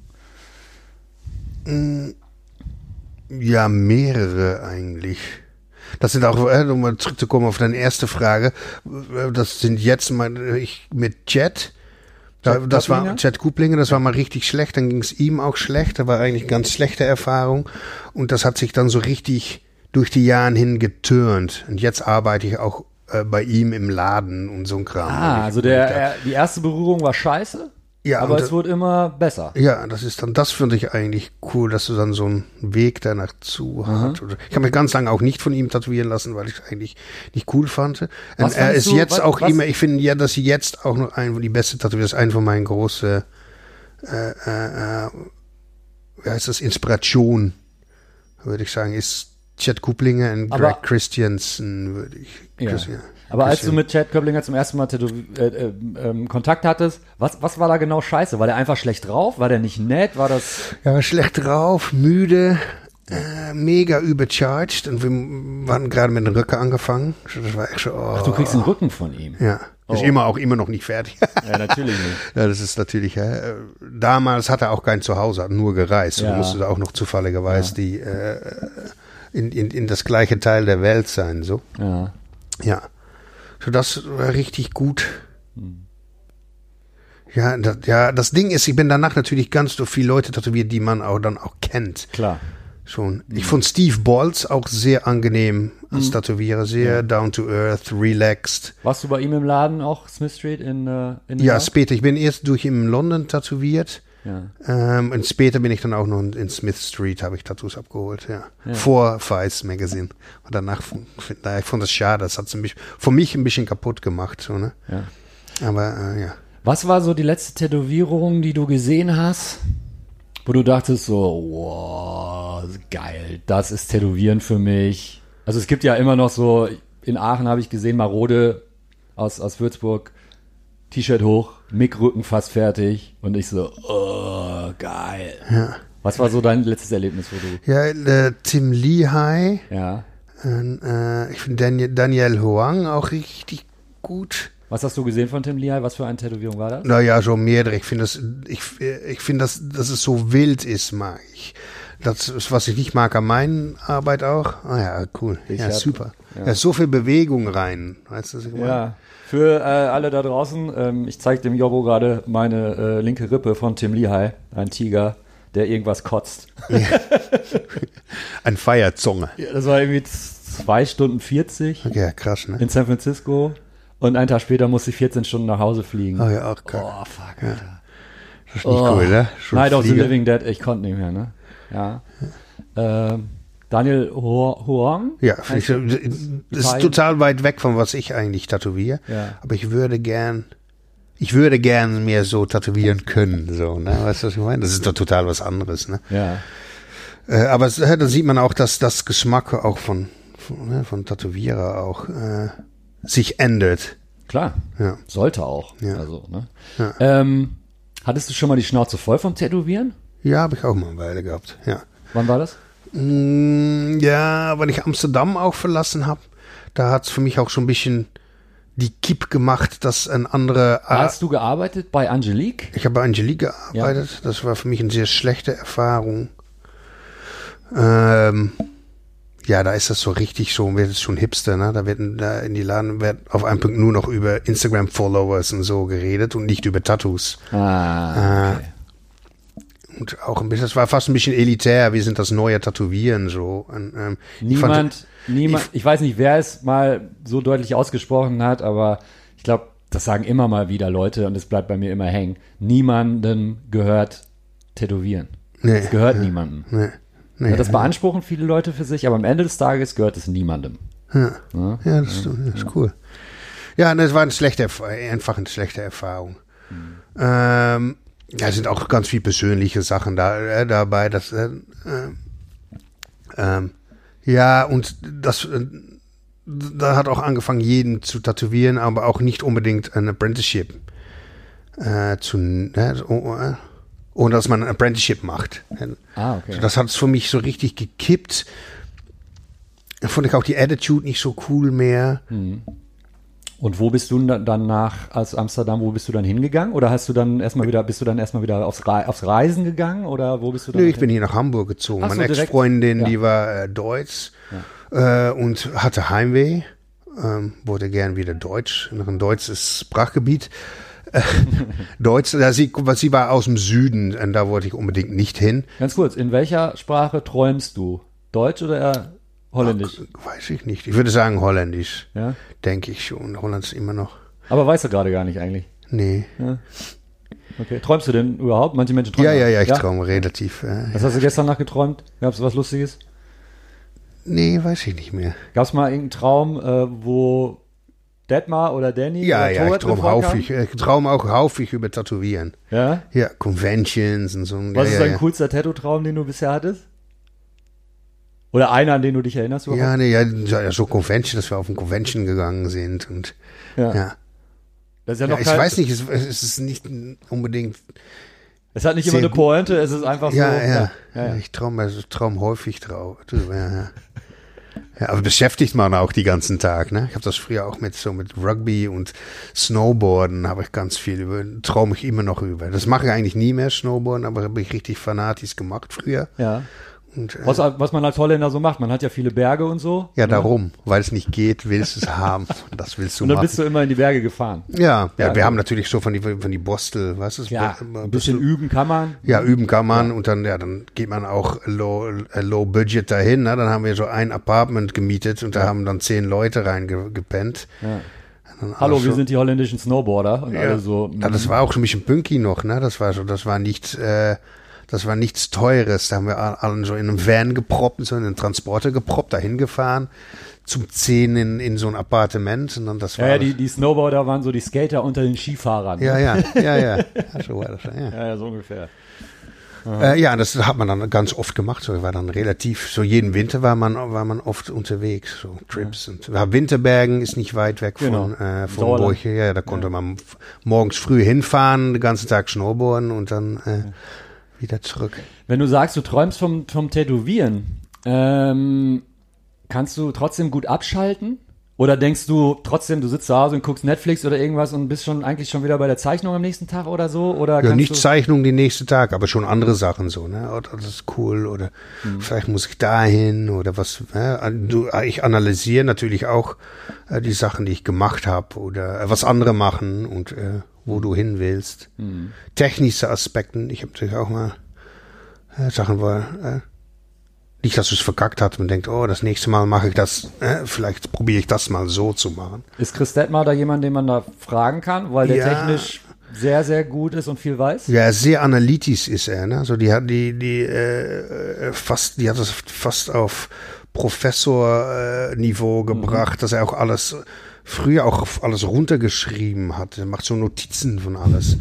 Ja, mehrere eigentlich. Das sind auch, um mal zurückzukommen auf deine erste Frage, das sind jetzt mit Jet. Das war Jet Kuplinger, das war mal richtig schlecht, dann ging es ihm auch schlecht, das war eigentlich eine ganz schlechte Erfahrung und das hat sich dann so richtig durch die Jahre hin geturnt und jetzt arbeite ich auch bei ihm im Laden und so ein Kram. Also die erste Berührung war scheiße, ja, aber es wurde immer besser. Ja, das finde ich eigentlich cool, dass du dann so einen Weg danach zu hast. Ich habe mich ganz lange auch nicht von ihm tätowieren lassen, weil ich es eigentlich nicht cool fand. Und er ist jetzt auch immer, ich finde ja, dass sie jetzt auch noch die beste Tätowierer ist, ein von meinen großen, wie heißt das, Inspiration, würde ich sagen, ist Jet Kuplinger und Greg Christensen, würde ich. Ja. Aber als du mit Jet Kuplinger zum ersten Mal Kontakt hattest, was war da genau scheiße? War der einfach schlecht drauf? War der nicht nett? War das? Ja, schlecht drauf, müde, mega übercharged und wir waren gerade mit dem Rücken angefangen. Das war echt so, Ach, du kriegst den Rücken von ihm? Ja. Ist immer noch nicht fertig. Ja, natürlich nicht. Ja, das ist natürlich, damals hat er auch kein Zuhause, hat nur gereist. Ja. Du musstest auch noch zufälligerweise in das gleiche Teil der Welt sein, so. Ja. Ja. So, das war richtig gut. Ja, das Ding ist, ich bin danach natürlich ganz so viele Leute tätowiert, die man dann auch kennt. Klar. Schon. Ich fand Steve Bolz auch sehr angenehm als Tätowierer, sehr down to earth, relaxed. Warst du bei ihm im Laden auch, Smith Street in New Ja, York? später. Ich bin erst durch in London tätowiert. Ja. Und später bin ich dann auch noch in Smith Street, habe ich Tattoos abgeholt, ja. Vor Vice Magazine. Und danach, ich fand das schade, das hat es für mich ein bisschen kaputt gemacht, so, ne? Ja. Aber, ja. Was war so die letzte Tätowierung, die du gesehen hast, wo du dachtest so, wow, geil, das ist Tätowieren für mich. Also es gibt ja immer noch so, in Aachen habe ich gesehen, Marode aus Würzburg, T-Shirt hoch, Mic-Rücken fast fertig und ich so, oh, geil. Ja. Was war so dein letztes Erlebnis, wo du... Ja, Tim Lehigh. Ja. Ich finde Daniel Huang auch richtig gut. Was hast du gesehen von Tim Lehigh? Was für eine Tätowierung war das? Naja, so mehrere. Ich finde, dass es so wild ist, mag ich. Das ist, was ich nicht mag an meiner Arbeit auch. Ah ja, cool. Super. Ja. Da ist so viel Bewegung rein. Weißt du, was ich meine? Ja. Für alle da draußen, ich zeige dem Jobbo gerade meine linke Rippe von Tim Lehigh, ein Tiger, der irgendwas kotzt. Ein Feierzunge. Ja, das war irgendwie 2 Stunden 40 Okay, krass, ne? in San Francisco und einen Tag später musste ich 14 Stunden nach Hause fliegen. Oh ja, auch geil. Oh, fuck, Alter. Das ist nicht cool, ne? Schon Night of the Flieger. Living Dead, ich konnte nicht mehr, ne? Ja. Daniel Huang? Ja, das ist total weit weg von was ich eigentlich tätowiere. Ja. Aber ich würde gern mehr so tätowieren können, so, ne? Weißt du, was ich meine? Das ist doch total was anderes, ne? Ja. Aber da sieht man auch, dass das Geschmack auch von Tätowierer auch sich ändert. Klar. Ja. Sollte auch. Ja. Also, ne? Ja. Hattest du schon mal die Schnauze voll vom Tätowieren? Ja, habe ich auch mal eine Weile gehabt, ja. Wann war das? Ja, weil ich Amsterdam auch verlassen habe, da hat es für mich auch schon ein bisschen die Kipp gemacht, dass ein anderer... Hast du gearbeitet bei Angelique? Ich habe bei Angelique gearbeitet, das war für mich eine sehr schlechte Erfahrung. Ja, da ist das so richtig so, wird es schon hipster, ne? Da in die Laden wird auf einem Punkt nur noch über Instagram-Followers und so geredet und nicht über Tattoos. Okay. Und auch ein bisschen, das war fast ein bisschen elitär, wir sind das neue Tätowieren, so. Und, Niemand, ich weiß nicht, wer es mal so deutlich ausgesprochen hat, aber ich glaube, das sagen immer mal wieder Leute und es bleibt bei mir immer hängen. Niemandem gehört Tätowieren. Nee, es gehört niemandem. Nee, Ja, das beanspruchen viele Leute für sich, aber am Ende des Tages gehört es niemandem. Ja, das stimmt, das ist cool. Ja, das war einfach eine schlechte Erfahrung. Ja, es sind auch ganz viele persönliche Sachen dabei. Ja, und das da hat auch angefangen, jeden zu tätowieren, aber auch nicht unbedingt ein Apprenticeship ohne dass man ein Apprenticeship macht. Okay. Das hat es für mich so richtig gekippt. Da fand ich auch die Attitude nicht so cool mehr. Und wo bist du dann aus Amsterdam, wo bist du dann hingegangen? Oder bist du dann erstmal wieder aufs Reisen gegangen? Oder wo bist du dann? Nö, ich bin hier nach Hamburg gezogen. Ach so, Meine direkt? Ex-Freundin, Ja. die war Deutsch und hatte Heimweh. Wollte gern wieder Deutsch, noch ein deutsches Sprachgebiet. Deutsch, sie war aus dem Süden und da wollte ich unbedingt nicht hin. Ganz kurz, in welcher Sprache träumst du? Deutsch oder eher Holländisch? Weiß ich nicht. Ich würde sagen Holländisch. Ja? Denke ich schon. Holland ist immer noch. Aber weißt du gerade gar nicht eigentlich. Nee. Ja. Okay. Träumst du denn überhaupt? Manche Menschen träumen. Ja, ich träume relativ. Was hast du gestern Nacht geträumt? Gab es was Lustiges? Nee, weiß ich nicht mehr. Gab es mal irgendeinen Traum, wo Detmar oder Danny Ja, oder ich Torwart träume häufig. Ich träume auch häufig über Tätowieren. Ja? Ja, Conventions und so. Was ist dein coolster Tattoo-Traum, den du bisher hattest? Oder einer, an den du dich erinnerst? Überhaupt? So Convention, dass wir auf eine Convention gegangen sind und Ja. Das ist ja noch ich weiß nicht, es ist nicht unbedingt. Es hat nicht immer eine Pointe, es ist einfach so. Ja. Ich träume häufig drüber. Ja, aber beschäftigt man auch die ganzen Tag, ne? Ich habe das früher auch mit Rugby und Snowboarden habe ich ganz viel träume ich immer noch über. Das mache ich eigentlich nie mehr, Snowboarden, aber habe ich richtig fanatisch gemacht früher. Ja. Und, was man als Holländer so macht, man hat ja viele Berge und so. ja, darum, weil es nicht geht, willst du es haben. Das willst du Und dann machen. bist du immer in die Berge gefahren. Ja, wir gut. haben natürlich so von die Bostel, weißt du? Ja, ein bisschen üben kann man. Ja, üben kann man und dann geht man auch low budget dahin. Ne? Dann haben wir so ein Apartment gemietet und da haben dann 10 Leute reingepennt. Ja. Hallo, wir sind die holländischen Snowboarder und alle so. Ja, das war auch so ein bisschen punky noch, ne? Das war nichts Teures. Da haben wir allen so in einem Van geproppt, so in einen Transporter geproppt, dahin gefahren, zum 10 in so ein Appartement. Und dann das war ja, die Snowboarder waren so die Skater unter den Skifahrern. ja. Ja, so war das, ja. Ja, so ungefähr. Ja, das hat man dann ganz oft gemacht. So war dann relativ, so jeden Winter war man oft unterwegs, so Trips. Und Winterbergen ist nicht weit weg von Borche. Ja, da konnte man morgens früh hinfahren, den ganzen Tag snowboarden und dann wieder zurück. Wenn du sagst, du träumst vom Tätowieren, kannst du trotzdem gut abschalten? Oder denkst du trotzdem, du sitzt zu Hause und guckst Netflix oder irgendwas und bist eigentlich schon wieder bei der Zeichnung am nächsten Tag oder so? Oder ja, nicht Zeichnung den nächsten Tag, aber schon andere Sachen so, ne? Oh, das ist cool oder vielleicht muss ich dahin oder was. Ich analysiere natürlich auch die Sachen, die ich gemacht habe oder was andere machen und wo du hin willst. Technische Aspekten, ich habe natürlich auch mal Sachen, wo nicht, dass du es verkackt hast und denkt, oh, das nächste Mal mache ich das, vielleicht probiere ich das mal so zu machen. Ist Chris Detmar da jemand, den man da fragen kann, weil der technisch sehr, sehr gut ist und viel weiß? Ja, sehr analytisch ist er, ne? Also die hat das fast auf Professor-Niveau gebracht, dass er auch früher auch alles runtergeschrieben hat. Er macht so Notizen von alles.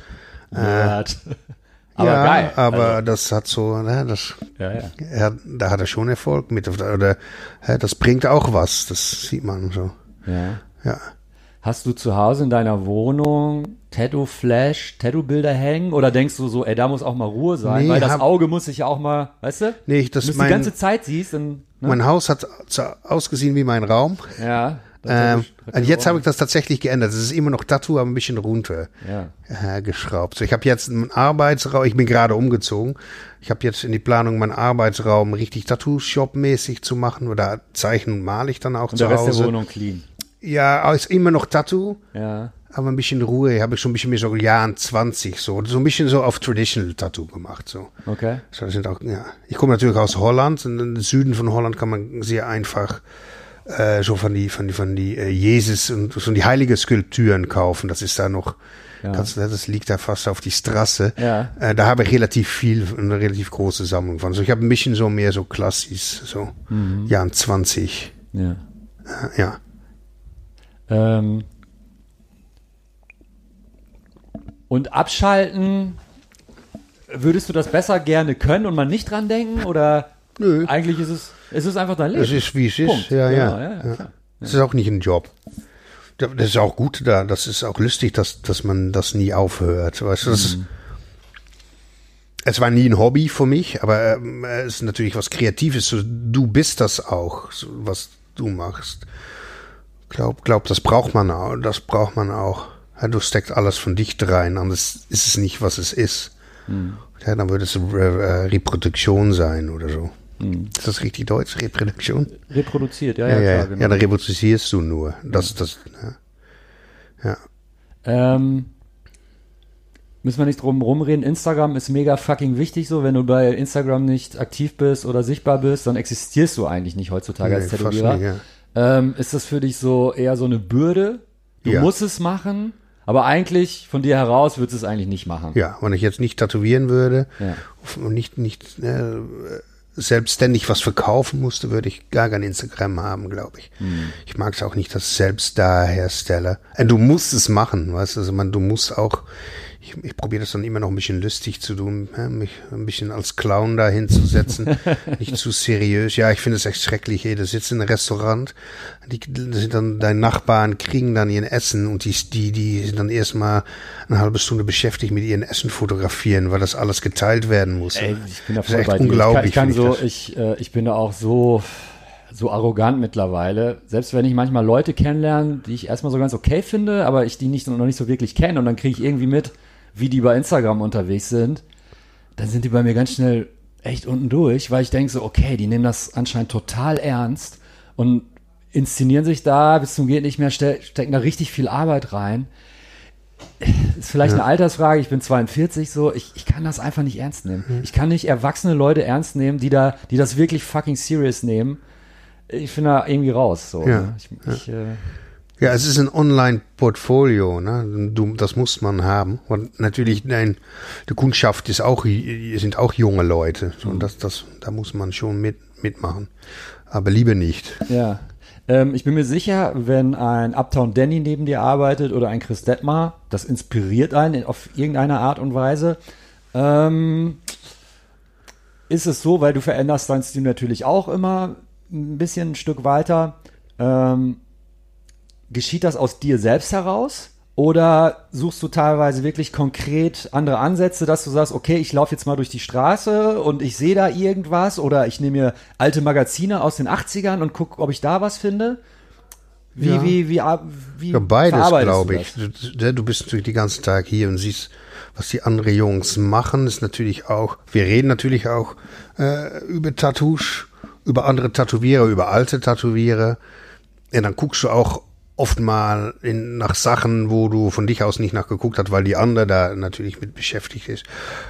Aber ja, geil. Aber also, das hat so, ne, da hat er schon Erfolg mit. Oder das bringt auch was, das sieht man so. Ja. Hast du zu Hause in deiner Wohnung Tattoo-Flash, Tattoo-Bilder hängen? Oder denkst du so, da muss auch mal Ruhe sein? Weil das Auge muss sich ja auch mal, weißt du? Nee, wenn du die ganze Zeit siehst, dann... Ne? Mein Haus hat ausgesehen wie mein Raum. Ja. Und jetzt habe ich das tatsächlich geändert. Es ist immer noch Tattoo, aber ein bisschen runter geschraubt. So, ich habe jetzt einen Arbeitsraum, ich bin gerade umgezogen. Ich habe jetzt in die Planung, meinen Arbeitsraum richtig Tattoo-Shop-mäßig zu machen. Oder zeichnen male ich dann auch zu Hause. Und der Rest der Wohnung clean. Ja, ist immer noch Tattoo. Ja. Aber ein bisschen Ruhe. Habe ich schon ein bisschen mehr so Jahren 20 so ein bisschen so auf Traditional Tattoo gemacht so. Okay. So, das sind auch, ja. Ich komme natürlich aus Holland. Und im Süden von Holland kann man sehr einfach so von die Jesus und so die heilige Skulpturen kaufen. Das ist da noch, das liegt da fast auf die Straße. Ja. Da habe ich eine relativ große Sammlung von. So, ich habe ein bisschen so mehr so klassisch, so Jahren 20. Ja. Ja. Und abschalten, würdest du das besser gerne können und mal nicht dran denken? Oder Nö. Eigentlich ist es einfach dein Leben? Es ist, wie es ist. Punkt. Ja. Es ist auch nicht ein Job. Das ist auch gut da. Das ist auch lustig, dass man das nie aufhört. Weißt du, es war nie ein Hobby für mich, aber es ist natürlich was Kreatives. So, du bist das auch, so, was du machst. Glaub, das braucht man auch. Ja, du steckst alles von dich rein, anders ist es nicht, was es ist. Ja, dann würde es Reproduktion sein oder so. Ist das richtig deutsch? Reproduktion? Reproduziert, ja, klar. Genau. Ja, dann reproduzierst du nur. Müssen wir nicht drum rumreden. Instagram ist mega fucking wichtig so. Wenn du bei Instagram nicht aktiv bist oder sichtbar bist, dann existierst du eigentlich nicht heutzutage als Tätowierer. Nicht, ja. Ist das für dich so eher so eine Bürde? Du musst es machen, aber eigentlich von dir heraus würdest du es eigentlich nicht machen. Ja, wenn ich jetzt nicht tätowieren würde und nicht selbstständig was verkaufen musste, würde ich gar kein Instagram haben, glaube ich. Ich mag es auch nicht, dass selbst da Hersteller. Du musst es machen, weißt du? Also du musst auch. Ich probiere das dann immer noch ein bisschen lustig zu tun, mich ein bisschen als Clown da hinzusetzen, nicht zu seriös. Ja, ich finde es echt schrecklich. Du sitzt in einem Restaurant, deine Nachbarn kriegen dann ihr Essen und die sind dann erstmal eine halbe Stunde beschäftigt mit ihrem Essen fotografieren, weil das alles geteilt werden muss. Ey, ich bin da das voll ist echt bei dir. unglaublich. Ich bin da auch so arrogant mittlerweile. Selbst wenn ich manchmal Leute kennenlerne, die ich erstmal so ganz okay finde, aber ich die noch nicht so wirklich kenne und dann kriege ich irgendwie mit, wie die bei Instagram unterwegs sind, dann sind die bei mir ganz schnell echt unten durch, weil ich denke so, okay, die nehmen das anscheinend total ernst und inszenieren sich da bis zum geht nicht mehr, stecken da richtig viel Arbeit rein. Ist vielleicht eine Altersfrage, ich bin 42, so, ich kann das einfach nicht ernst nehmen. Ich kann nicht erwachsene Leute ernst nehmen, die das wirklich fucking serious nehmen. Ich bin da irgendwie raus, so. Ja, ne? Ja, es ist ein Online-Portfolio, ne? Das muss man haben. Und natürlich, die Kundschaft sind auch junge Leute. So, da muss man schon mitmachen. Aber lieber nicht. Ja. Ich bin mir sicher, wenn ein Uptown Danny neben dir arbeitet oder ein Chris Detmar, das inspiriert einen auf irgendeine Art und Weise. Ist es so, weil du veränderst deinen Stil natürlich auch immer ein bisschen ein Stück weiter. Geschieht das aus dir selbst heraus? Oder suchst du teilweise wirklich konkret andere Ansätze, dass du sagst, okay, ich laufe jetzt mal durch die Straße und ich sehe da irgendwas oder ich nehme mir alte Magazine aus den 80ern und gucke, ob ich da was finde? Wie beides, glaube ich. Du bist natürlich den ganzen Tag hier und siehst, was die anderen Jungs machen. Ist natürlich auch, wir reden natürlich auch über Tattoos, über andere Tätowierer, über alte Tätowierer. Ja, dann guckst du auch oft mal nach Sachen, wo du von dich aus nicht nachgeguckt hast, weil die andere da natürlich mit beschäftigt ist.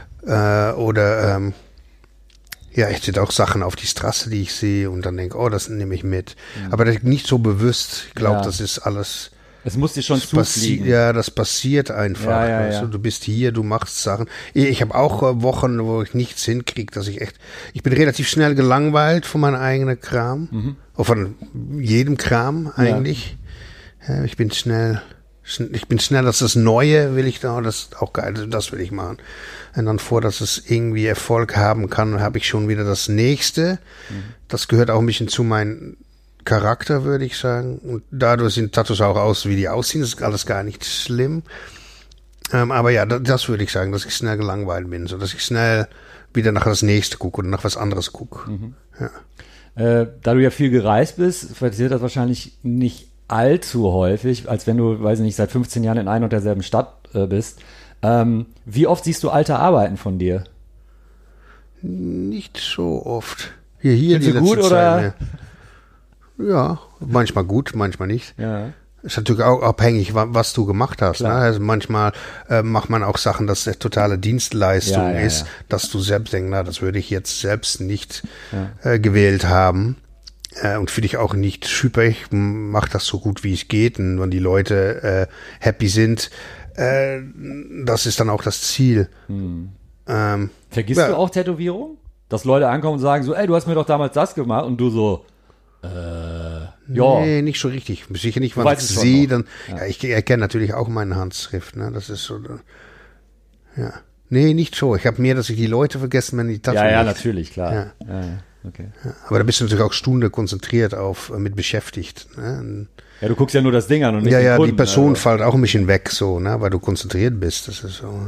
Ich sehe auch Sachen auf die Straße, die ich sehe und dann denke, oh, das nehme ich mit. Aber das ist nicht so bewusst. Ich glaube, das ist alles. Es muss dir schon zufliegen. Ja, das passiert einfach. Ja. Also, du bist hier, du machst Sachen. Ich habe auch Wochen, wo ich nichts hinkriege, ich bin relativ schnell gelangweilt von meinem eigenen Kram. Oder von jedem Kram eigentlich. Ja, ich bin schnell, dass das Neue will ich da, das ist auch geil, das will ich machen. Und dann dass es irgendwie Erfolg haben kann, habe ich schon wieder das Nächste. Das gehört auch ein bisschen zu meinem Charakter, würde ich sagen. Und dadurch sind Tattoos auch aus, wie die aussehen. Das ist alles gar nicht schlimm. Aber ja, das würde ich sagen, dass ich schnell gelangweilt bin, so dass ich schnell wieder nach das Nächste gucke oder nach was anderes gucke. Ja. Da du ja viel gereist bist, passiert das wahrscheinlich nicht allzu häufig, als wenn du, weiß ich nicht, seit 15 Jahren in einer und derselben Stadt bist. Wie oft siehst du alte Arbeiten von dir? Nicht so oft. Hier die letzte gut, Zeit, oder? Ja, manchmal gut, manchmal nicht. Ja. Ist natürlich auch abhängig, was du gemacht hast. Ne? Also manchmal macht man auch Sachen, dass es totale Dienstleistung ist, dass du selbst denkst, das würde ich jetzt selbst nicht gewählt haben. Und finde ich auch nicht super. Ich mache das so gut, wie es geht. Und wenn die Leute happy sind, das ist dann auch das Ziel. Vergisst du auch Tätowierung? Dass Leute ankommen und sagen so, ey, du hast mir doch damals das gemacht. Und du so, ja. Nee, nicht so richtig. Sicher nicht, wenn ich sehe, dann, ich erkenne natürlich auch meine Handschrift, ne, das ist so, ja. Nee, nicht so. Ich habe mehr, dass ich die Leute vergessen, wenn die Tattoo Ja, natürlich, klar. Ja. Okay. Ja, aber da bist du natürlich auch Stunde konzentriert mit beschäftigt. Ne? Ja, du guckst ja nur das Ding an und nicht den Kunden, die Person fällt auch ein bisschen weg, so, ne, weil du konzentriert bist. Das ist so.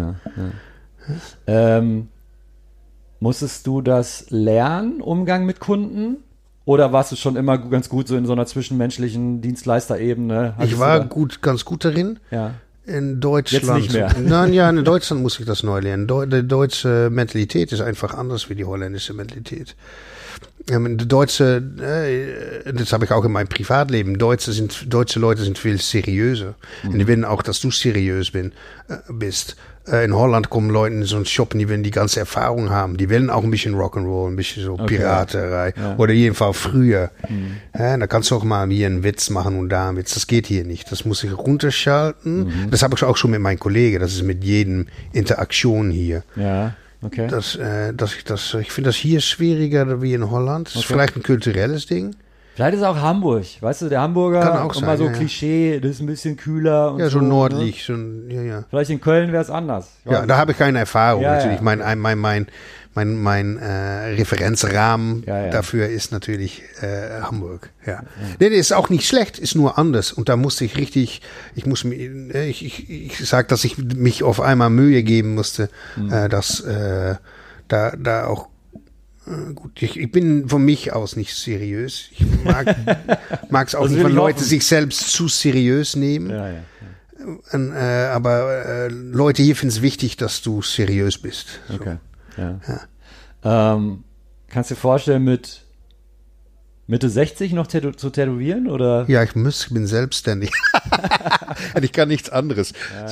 Musstest du das lernen, Umgang mit Kunden? Oder warst du schon immer ganz gut so in so einer zwischenmenschlichen Dienstleisterebene? Ich war ganz gut darin. Ja. In Deutschland. Jetzt nicht mehr. Nein, in Deutschland muss ich das neu lernen. Die deutsche Mentalität ist einfach anders wie die holländische Mentalität. Die deutsche, das habe ich auch in meinem Privatleben, deutsche Leute sind viel seriöser. Und die wollen auch, dass du seriös bist. In Holland kommen Leute in so einen Shop und die wollen die ganze Erfahrung haben. Die wollen auch ein bisschen Rock'n'Roll, ein bisschen so Piraterei. Ja. Oder jedenfalls früher. Da kannst du auch mal hier einen Witz machen und da einen Witz. Das geht hier nicht. Das muss ich runterschalten. Das habe ich auch schon mit meinem Kollegen. Das ist mit jedem Interaktion hier. Ja. Okay. Ich finde das hier schwieriger wie in Holland. Das ist vielleicht ein kulturelles Ding. Vielleicht ist es auch Hamburg. Weißt du, der Hamburger kann auch immer sein, so Klischee, das ist ein bisschen kühler. Und so nordlich. Ne? Ja. Vielleicht in Köln wäre es anders. Ja, da habe ich keine Erfahrung. Natürlich. Mein Referenzrahmen dafür ist natürlich Hamburg. Ja. Nee, ist auch nicht schlecht, ist nur anders. Und da musste ich richtig, ich sag, dass ich mich auf einmal Mühe geben musste, dass da auch gut, ich bin von mich aus nicht seriös. Ich mag es auch nicht, wenn Leute sich selbst zu seriös nehmen. Ja. Aber Leute hier finden es wichtig, dass du seriös bist. So. Okay. Ja. Kannst du dir vorstellen, mit Mitte 60 noch zu tätowieren? Oder? Ja, ich bin selbstständig. Und ich kann nichts anderes.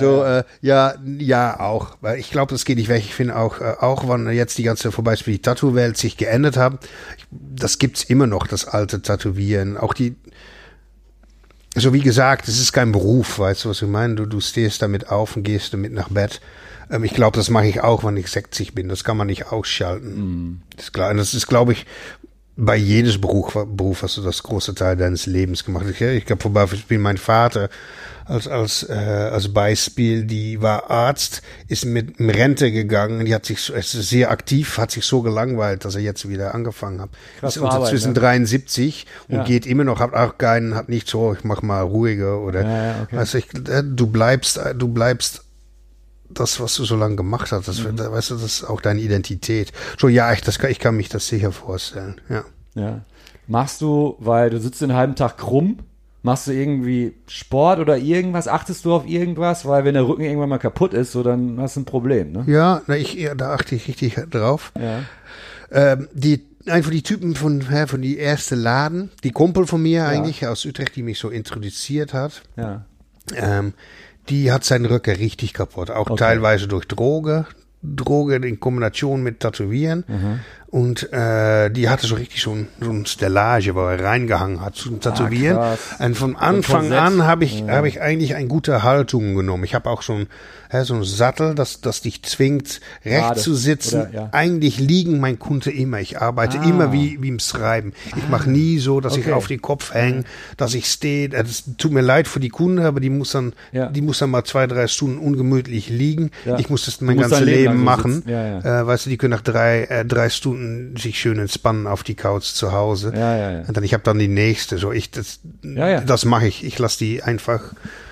Ja, auch. Weil ich glaube, das geht nicht weg. Ich finde auch wenn jetzt die ganze die Tattoo-Welt sich geändert haben, das gibt's immer noch, das alte Tätowieren. Auch so wie gesagt, es ist kein Beruf, weißt du, was ich meine? Du stehst damit auf und gehst damit nach Bett. Ich glaube, das mache ich auch, wenn ich 60 bin. Das kann man nicht ausschalten. Das ist klar. Und das ist, glaube ich, bei jedes Beruf hast du das große Teil deines Lebens gemacht. Ich habe zum Beispiel mein Vater als Beispiel, die war Arzt, ist mit Rente gegangen, ist sehr aktiv, hat sich so gelangweilt, dass er jetzt wieder angefangen hat. Krass, ist inzwischen 73 und geht hat nicht so, ich mach mal ruhiger oder, okay. Also du bleibst das, was du so lange gemacht hast, weißt du, das ist auch deine Identität. So, ja, ich kann mich das sicher vorstellen, ja. Machst du, weil du sitzt den halben Tag krumm, machst du irgendwie Sport oder irgendwas? Achtest du auf irgendwas? Weil wenn der Rücken irgendwann mal kaputt ist, so, dann hast du ein Problem, ne? Ja, da achte ich richtig drauf. Ja. Einfach die Typen von die erste Laden, die Kumpel von mir eigentlich aus Utrecht, die mich so introduziert hat. Ja. Die hat seinen Rücken richtig kaputt. Auch teilweise durch Droge in Kombination mit Tätowieren. Und die hatte so richtig so ein Stellage, wo er reingehangen hat zum Tätowieren. Und von Anfang an habe ich eigentlich eine gute Haltung genommen. Ich habe auch so ein Sattel, das dich zwingt, recht zu sitzen. Oder, eigentlich liegen mein Kunde immer. Ich arbeite immer wie im Schreiben. Ich mache nie so, dass ich auf den Kopf hänge, dass ich stehe. Das tut mir leid für die Kunde, aber die muss dann mal 2-3 Stunden ungemütlich liegen. Ja. Ich muss das mein ganzes Leben machen. Weißt du, die können nach 3 Stunden sich schön entspannen auf die Couch zu Hause. Ja. Und ich habe dann die nächste. So das mache ich. Ich lasse die einfach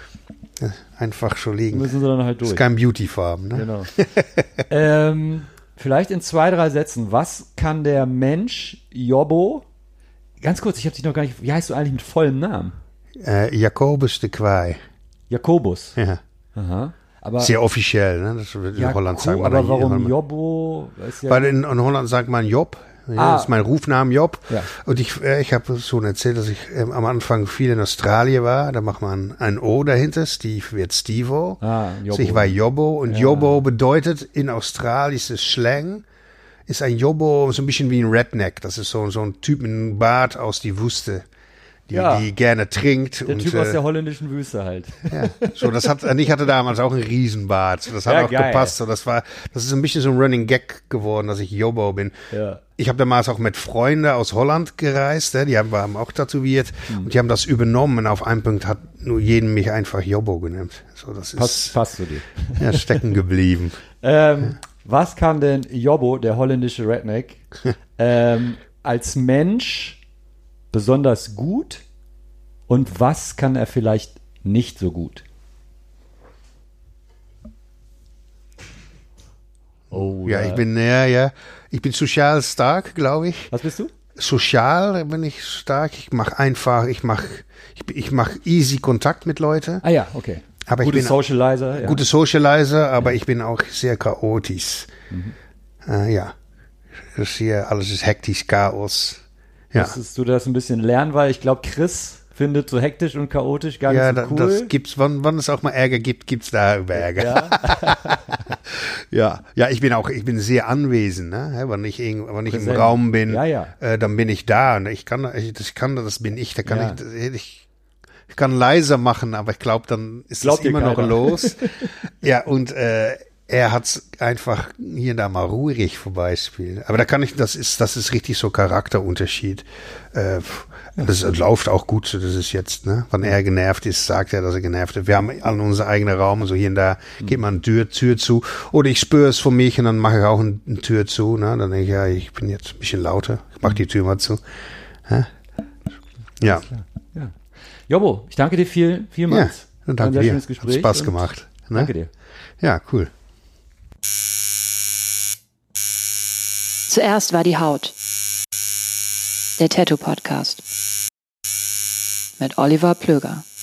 so liegen. Müssen sie dann halt durch. Das ist kein Beauty-Farm, ne? Genau. Vielleicht in 2-3 Sätzen. Was kann der Mensch Jobbo? Ganz kurz, ich habe dich noch gar nicht. Wie heißt du eigentlich mit vollem Namen? Jakobus de Quay. Jakobus. Ja. Aha. Aber sehr offiziell, ne? Das wird in Holland sagen. Aber warum Jobbo? Weil in Holland sagt man Job. Ja, das ist mein Rufname Job. Ja. Und ich habe schon erzählt, dass ich am Anfang viel in Australien war. Da macht man ein O dahinter. Steve wird Stevo. Also ich war Jobbo. Und Jobbo bedeutet in australisches Slang, ist ein Jobbo so ein bisschen wie ein Redneck. Das ist so ein Typ mit einem Bart aus die Wüste. Die gerne trinkt. Der Typ aus der holländischen Wüste halt. Ja, so, ich hatte damals auch einen Riesenbart. Das hat auch gepasst. So, das ist ein bisschen so ein Running Gag geworden, dass ich Jobbo bin. Ja. Ich habe damals auch mit Freunden aus Holland gereist, die haben auch tätowiert und die haben das übernommen. Und auf einen Punkt hat nur jeden mich einfach Jobbo genannt. So, das ist passt zu dir. Ja, stecken geblieben. Was kann denn Jobbo, der holländische Redneck, als Mensch besonders gut und was kann er vielleicht nicht so gut? Oh, ja, ich bin sozial stark, glaube ich. Was bist du? Sozial bin ich stark. Ich mach easy Kontakt mit Leuten. Ah ja, okay. Aber gute Socializer. Ja. Gute Socializer, aber ich bin auch sehr chaotisch. Das hier, alles ist hektisch, Chaos. Ja. Musstest du das ein bisschen lernen, weil ich glaube, Chris findet so hektisch und chaotisch gar nicht so cool. Ja, das gibt's, wenn es auch mal Ärger gibt's da über Ärger. Ja. Ja, ich bin sehr anwesend, ne? Wenn ich im Raum bin, dann bin ich da und das bin ich, ich kann leiser machen, aber ich glaube, dann ist das immer noch los. Ja, und er hat's einfach hier und da mal ruhig vorbeispielen. Aber das ist richtig so Charakterunterschied. Das läuft auch gut so, das ist jetzt, ne? Wenn er genervt ist, sagt er, dass er genervt ist. Wir haben alle unseren eigenen Raum, so hier und da geht man eine Tür zu. Oder ich spüre es von mich und dann mache ich auch eine Tür zu, ne? Dann denke ich, ich bin jetzt ein bisschen lauter. Ich mache die Tür mal zu. Ja. Ja. Jobbo, ich danke dir vielmals. Ja, danke dir. Hat Spaß gemacht. Ne? Danke dir. Ja, cool. Zuerst war die Haut. Der Tattoo-Podcast. Mit Oliver Plöger.